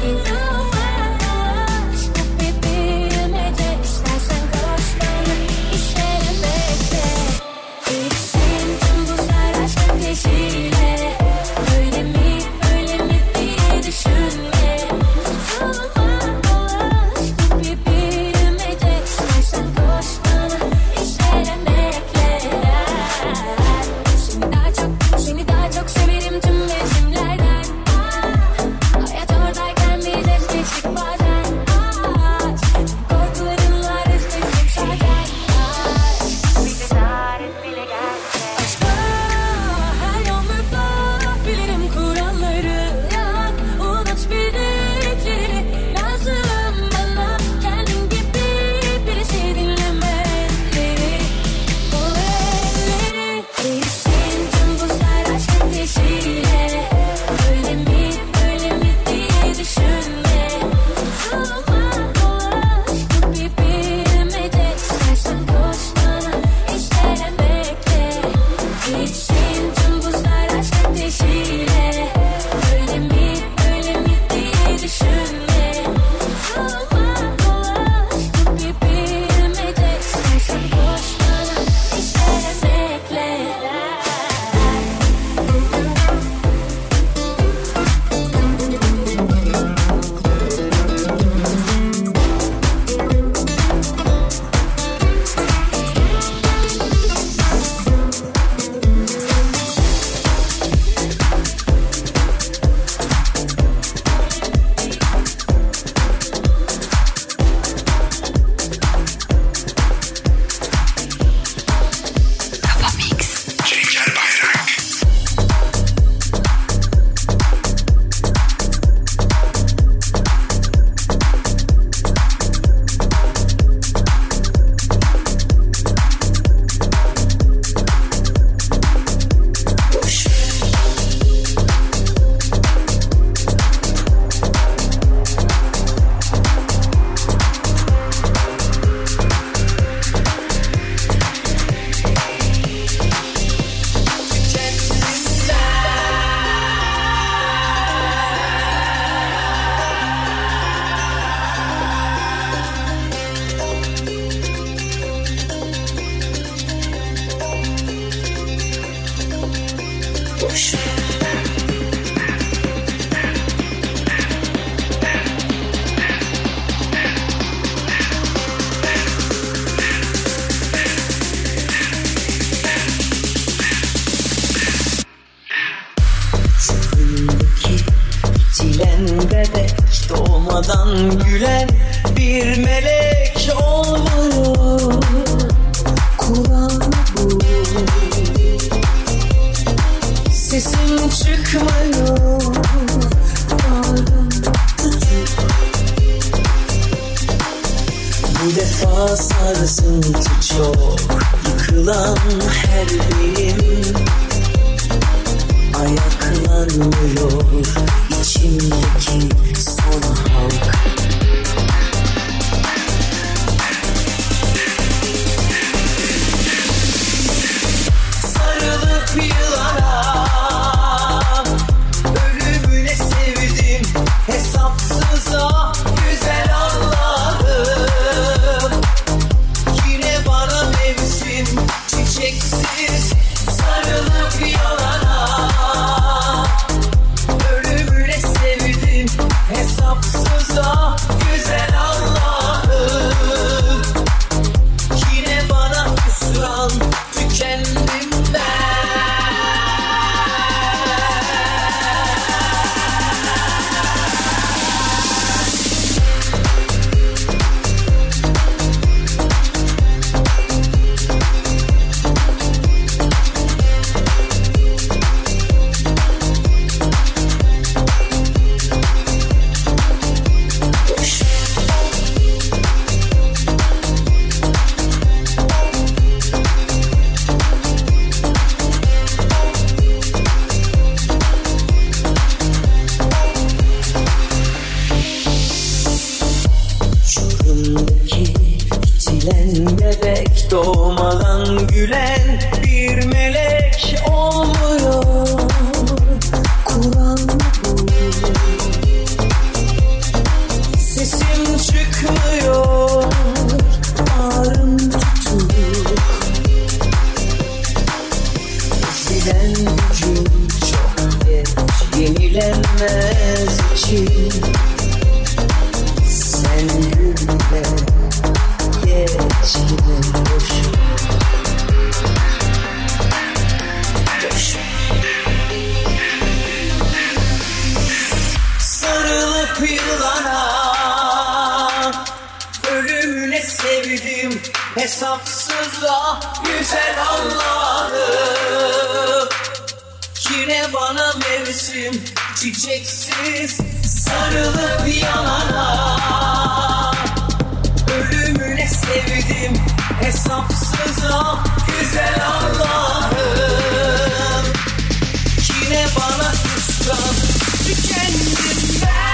Doğmadan gülen bir melek olmuyor. Kulağım bu, sesim çıkmıyor. Bağrım tutup bu defa sarsıntı çok. Yıkılan her benim ayaklanmıyor. İçimdeki son halk. Sarılıp yıllara ölümüne sevdim. Hesapsıza güzel Allah'ım. Yine bana mevsim çiçeksiz. Sarılıp yıllara ölümüne sevdim. Hesapsıza gülen bir melek olmuyor. Kur'an bu. Sesim çıkmıyor, ağrım tutuk. Ezilen gücüm çok geç, yenilenmez için. Sen gülme, geç yine boşum. Sarılıp yılana, ölümüne sevdim hesapsızla güzel Allah'ım. Yine bana mevsim çiçeksiz sarılıp yanana, ölümüne sevdim hesapsızla güzel Allah'ım. Yine bana kıskan tükendim ben.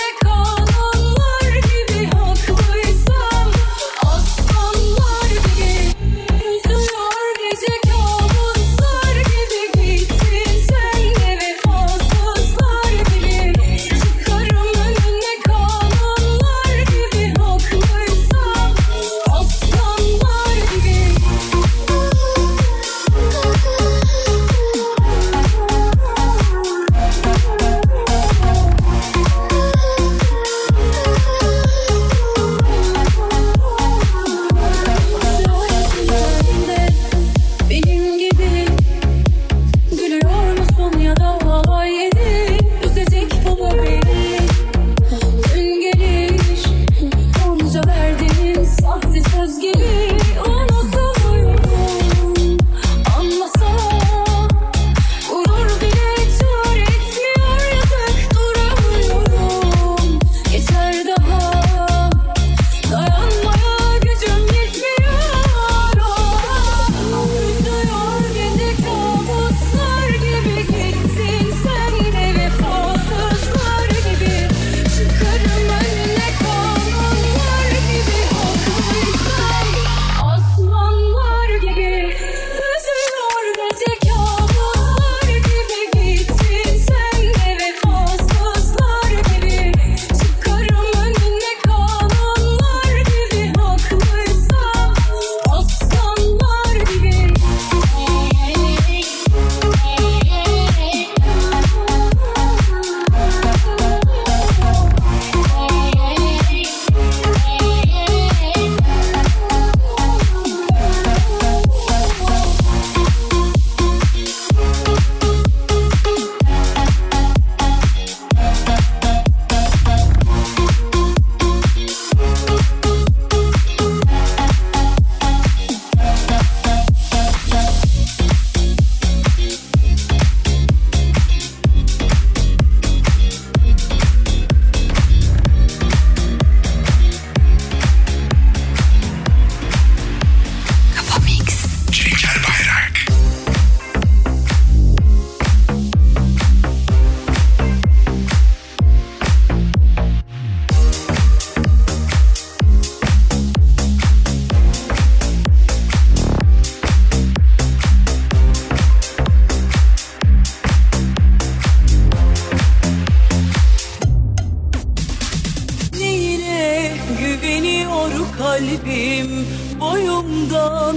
Aslanlar gibi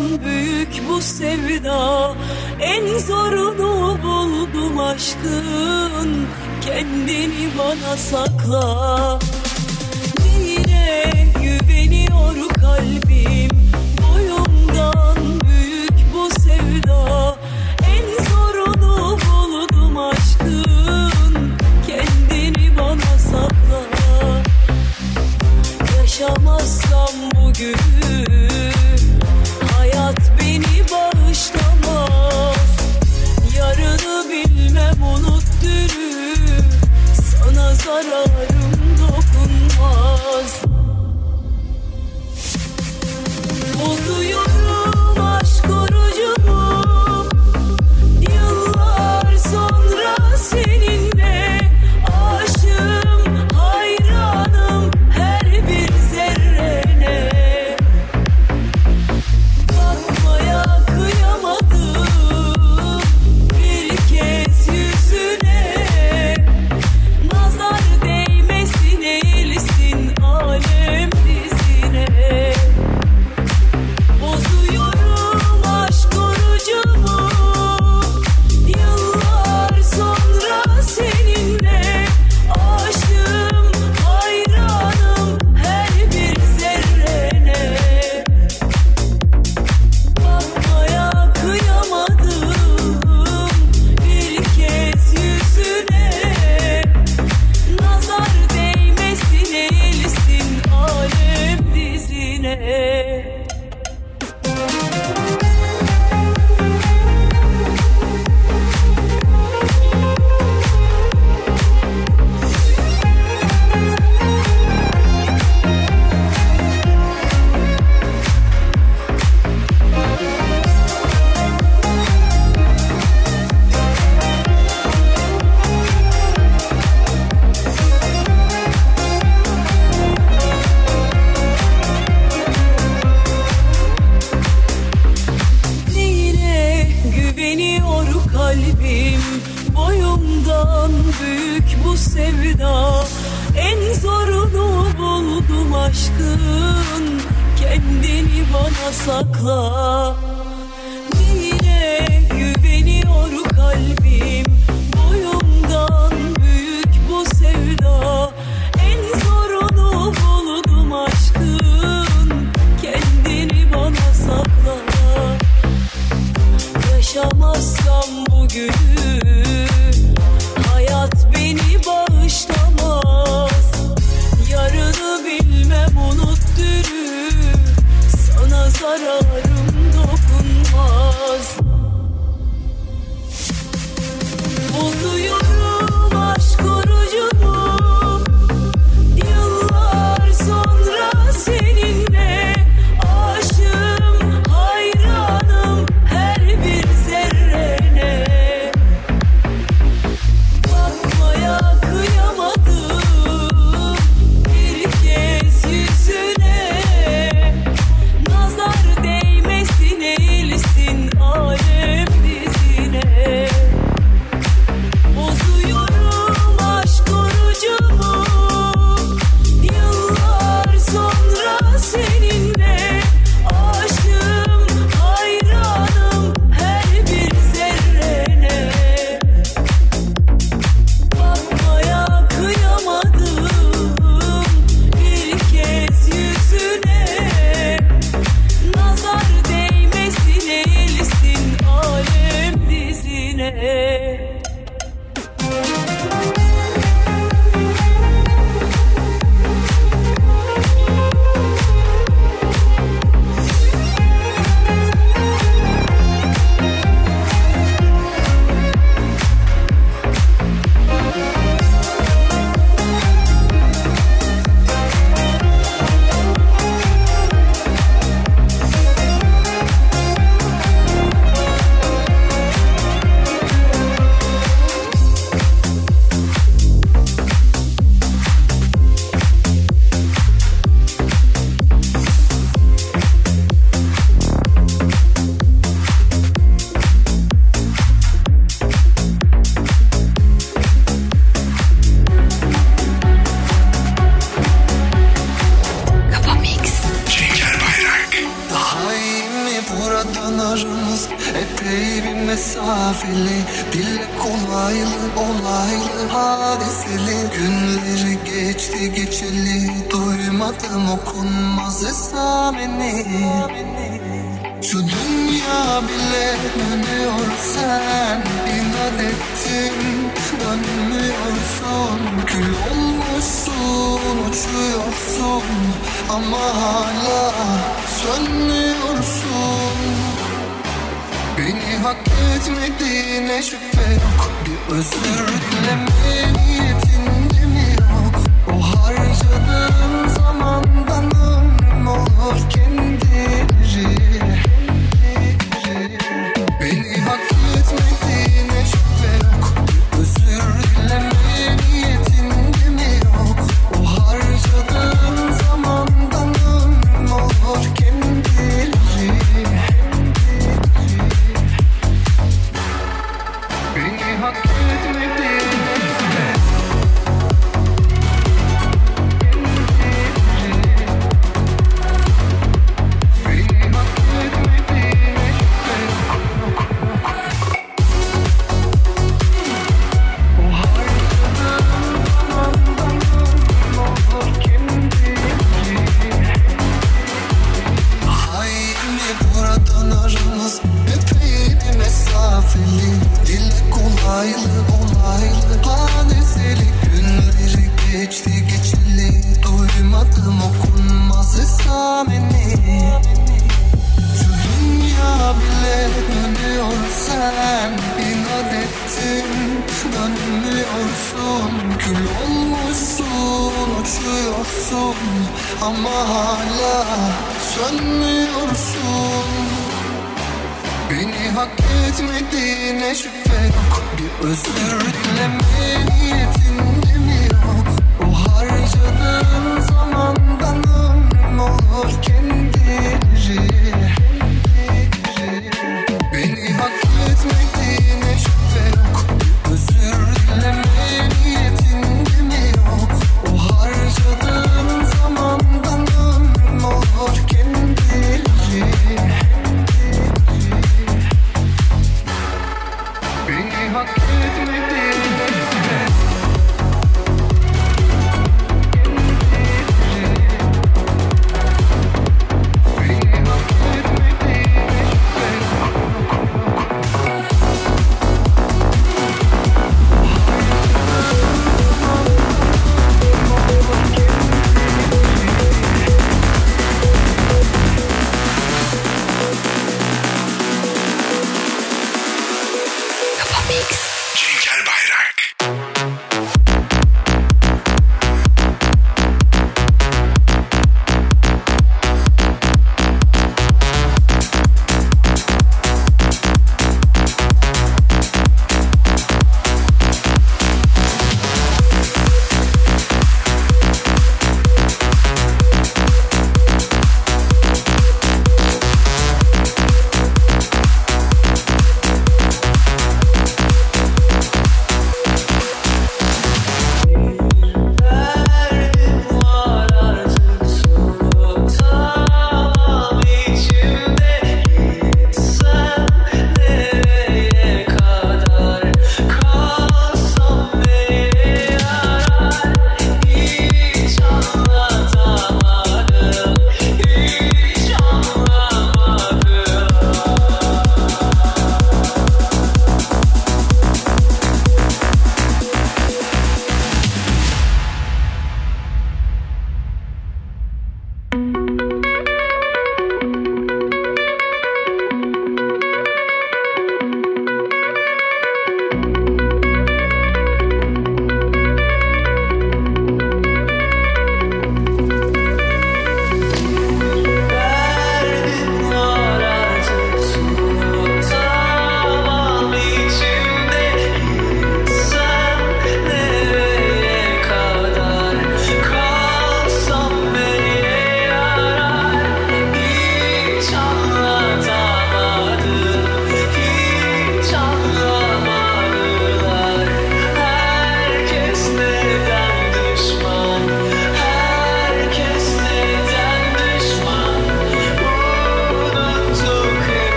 büyük bu sevda. En zorunu buldum aşkın, kendini bana sakla. Neyine güveniyor kalbim, boyumdan büyük bu sevda. En zorunu buldum aşkın, kendini bana sakla. Yaşamazsam bugünü, hayat beni bağışlamaz. Yarını bilmem unut dünü, sana zararım dokunmaz. Bozuyorum aşk orucumu, yıllar sonra seninle. Aşığım, hayranım her bir zerrene. Bakmaya kıyamadım bir kez yüzüne. Nazar değmesin, eğilsin alem dizine. Bozuyorum aşk orucumu, yıllar sonra seninle. Aşığım, hayranım her bir zerrene. Bakmaya kıyamadım bir kez yüzüne. Nazar değmesin, eğilsin alem dizine. Neyine güveniyor kalbim, boyumdan büyük bu sevda. En zorunu buldum aşkın, kendini bana sakla. Neyine güveniyor kalbim, boyumdan büyük bu sevda. En zorunu buldum aşkın, kendini bana sakla. Yaşamazsam bugünü, hayat beni bağışlamaz. Yarını bilmem unut dünü, sana zararım dokunmaz. Bozuyorum aşk orucumu, yıllar sonra seninle. Aşığım, hayranım her bir zerrene. buradan aramız epey bir mesafeli. Dille kolaylı olaylı hadiseli. Günleri geçti geçeli, duymadım okunmaz esameni. Şu dünya bile dönüyor, sen inat ettin dönmüyorsun. Kül olmuşsun, uçuyorsun ama hala sönmüyorsun. Beni hak etmediğine şüphe yok, bir özür dileme niyetinde mi yok? O harcadığın zamandan ömrüm olur kendileri. Beni hak etmediğine şüphe yok, bir özür dileme niyetinde mi yok? O harcadığın zamandan ömrüm olur kendileri. Beni hak etmediğine şüphe yok. Dille kolaylı olaylı hadiseli. Günleri geçti geçeli, duymadım okunmaz esameni. Şu dünya bile dönüyor, sen inat ettin dönmüyorsun. Kül olmuşsun, uçuyorsun ama hala sönmüyorsun. Beni hak etmediğine şüphe yok, bir özür dileme niyetinde mi yok? O harcadığın zamandan ömrüm olur kendileri. Beni hak etmediğine şüphe yok, bir özür dileme niyetinde mi yok? O harcadığın zamandan ömrüm olur kendileri. Beni hak etmediğine şüphe yok. Beni hak etmediğine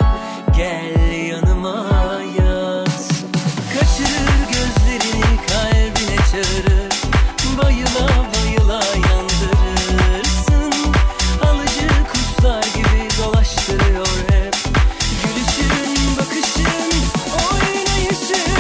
gel yanıma yat. Kaçırır gözlerini kalbine çağırır, bayıla bayıla yandırırsın. Alıcı kuşlar gibi dolaştırıyor hep, gülüşün, bakışın, oynayışın.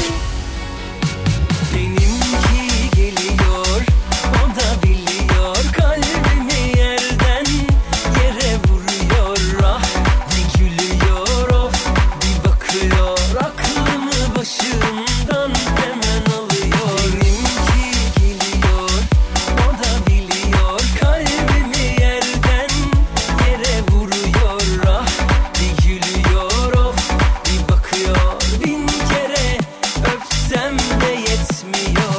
Benimki geliyor, o da biliyor, kalbimi yerden yere vuruyor. Ah bir gülüyor, of bir bakıyor, aklımı başımdan hemen alıyor. Benimki geliyor, o da biliyor, kalbimi yerden yere vuruyor. Ah bir gülüyor, of bir bakıyor, bin kere öpsem de yetmiyor.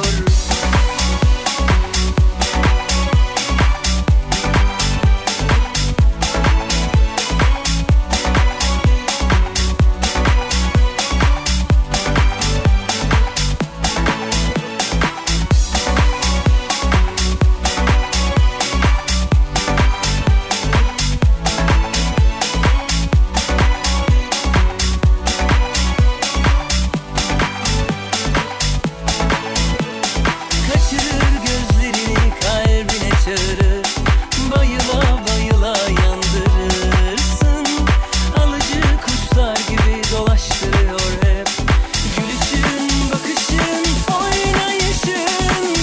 Kaçırır gözlerini kalbine çağırır, bayıla bayıla yandırırsın. Alıcı kuşlar gibi dolaştırıyor hep, gülüşün, bakışın, oynayışın.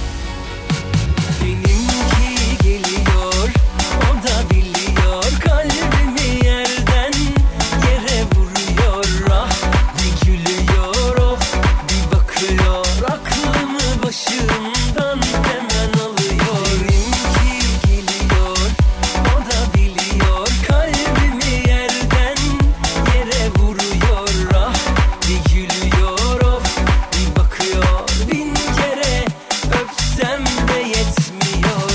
Benimki geliyor, o da biliyor, kalbimi yerden yere vuruyor. Ah bir gülüyor, of bir bakıyor, aklımı başımdan hemen alıyor. Benimki geliyor, o da biliyor, kalbimi yerden yere vuruyor. Ah bir gülüyor, of bir bakıyor, bin kere öpsem de yetmiyor.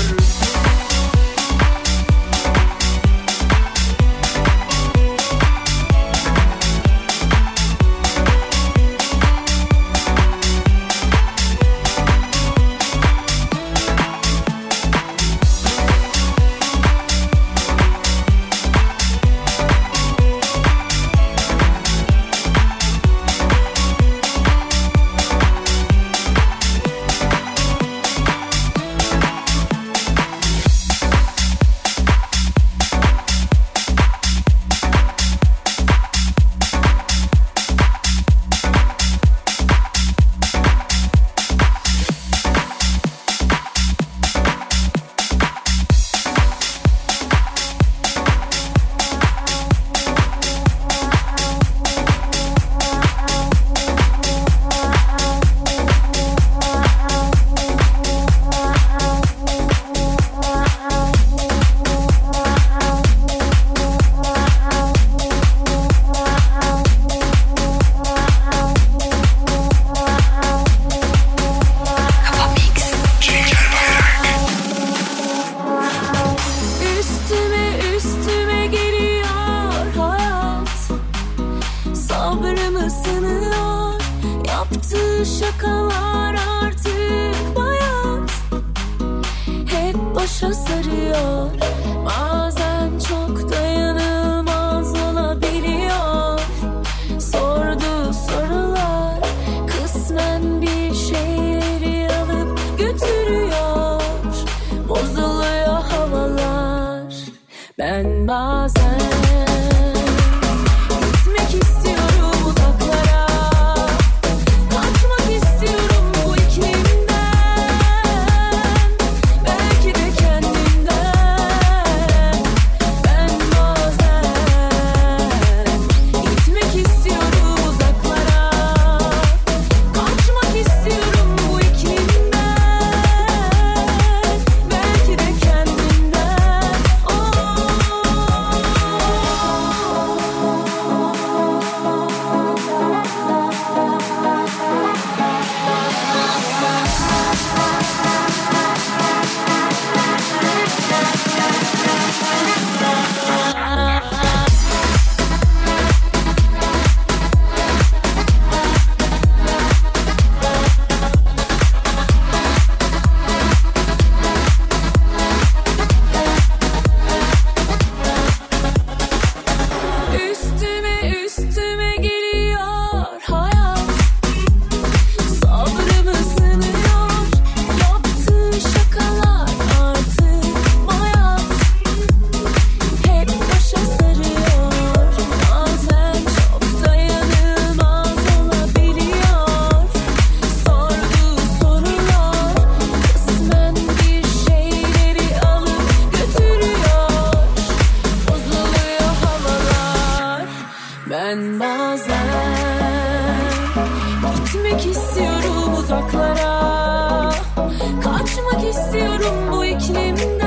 Cenker Bayrak. Üstüme üstüme geliyor hayat, sabrımı sınıyor, yaptığı şakalar artık bayat. Hep başa sarıyor, bazen çok dayanılmaz olabiliyor. Sorduğu sorular kısmen bir şeyleri alıp götürüyor. Bozuluyor havalar, ben bazen gitmek istiyorum uzaklara, kaçmak istiyorum bu iklimden, belki de kendimden. Ben Ben bazen gitmek istiyorum uzaklara, kaçmak istiyorum bu iklimden.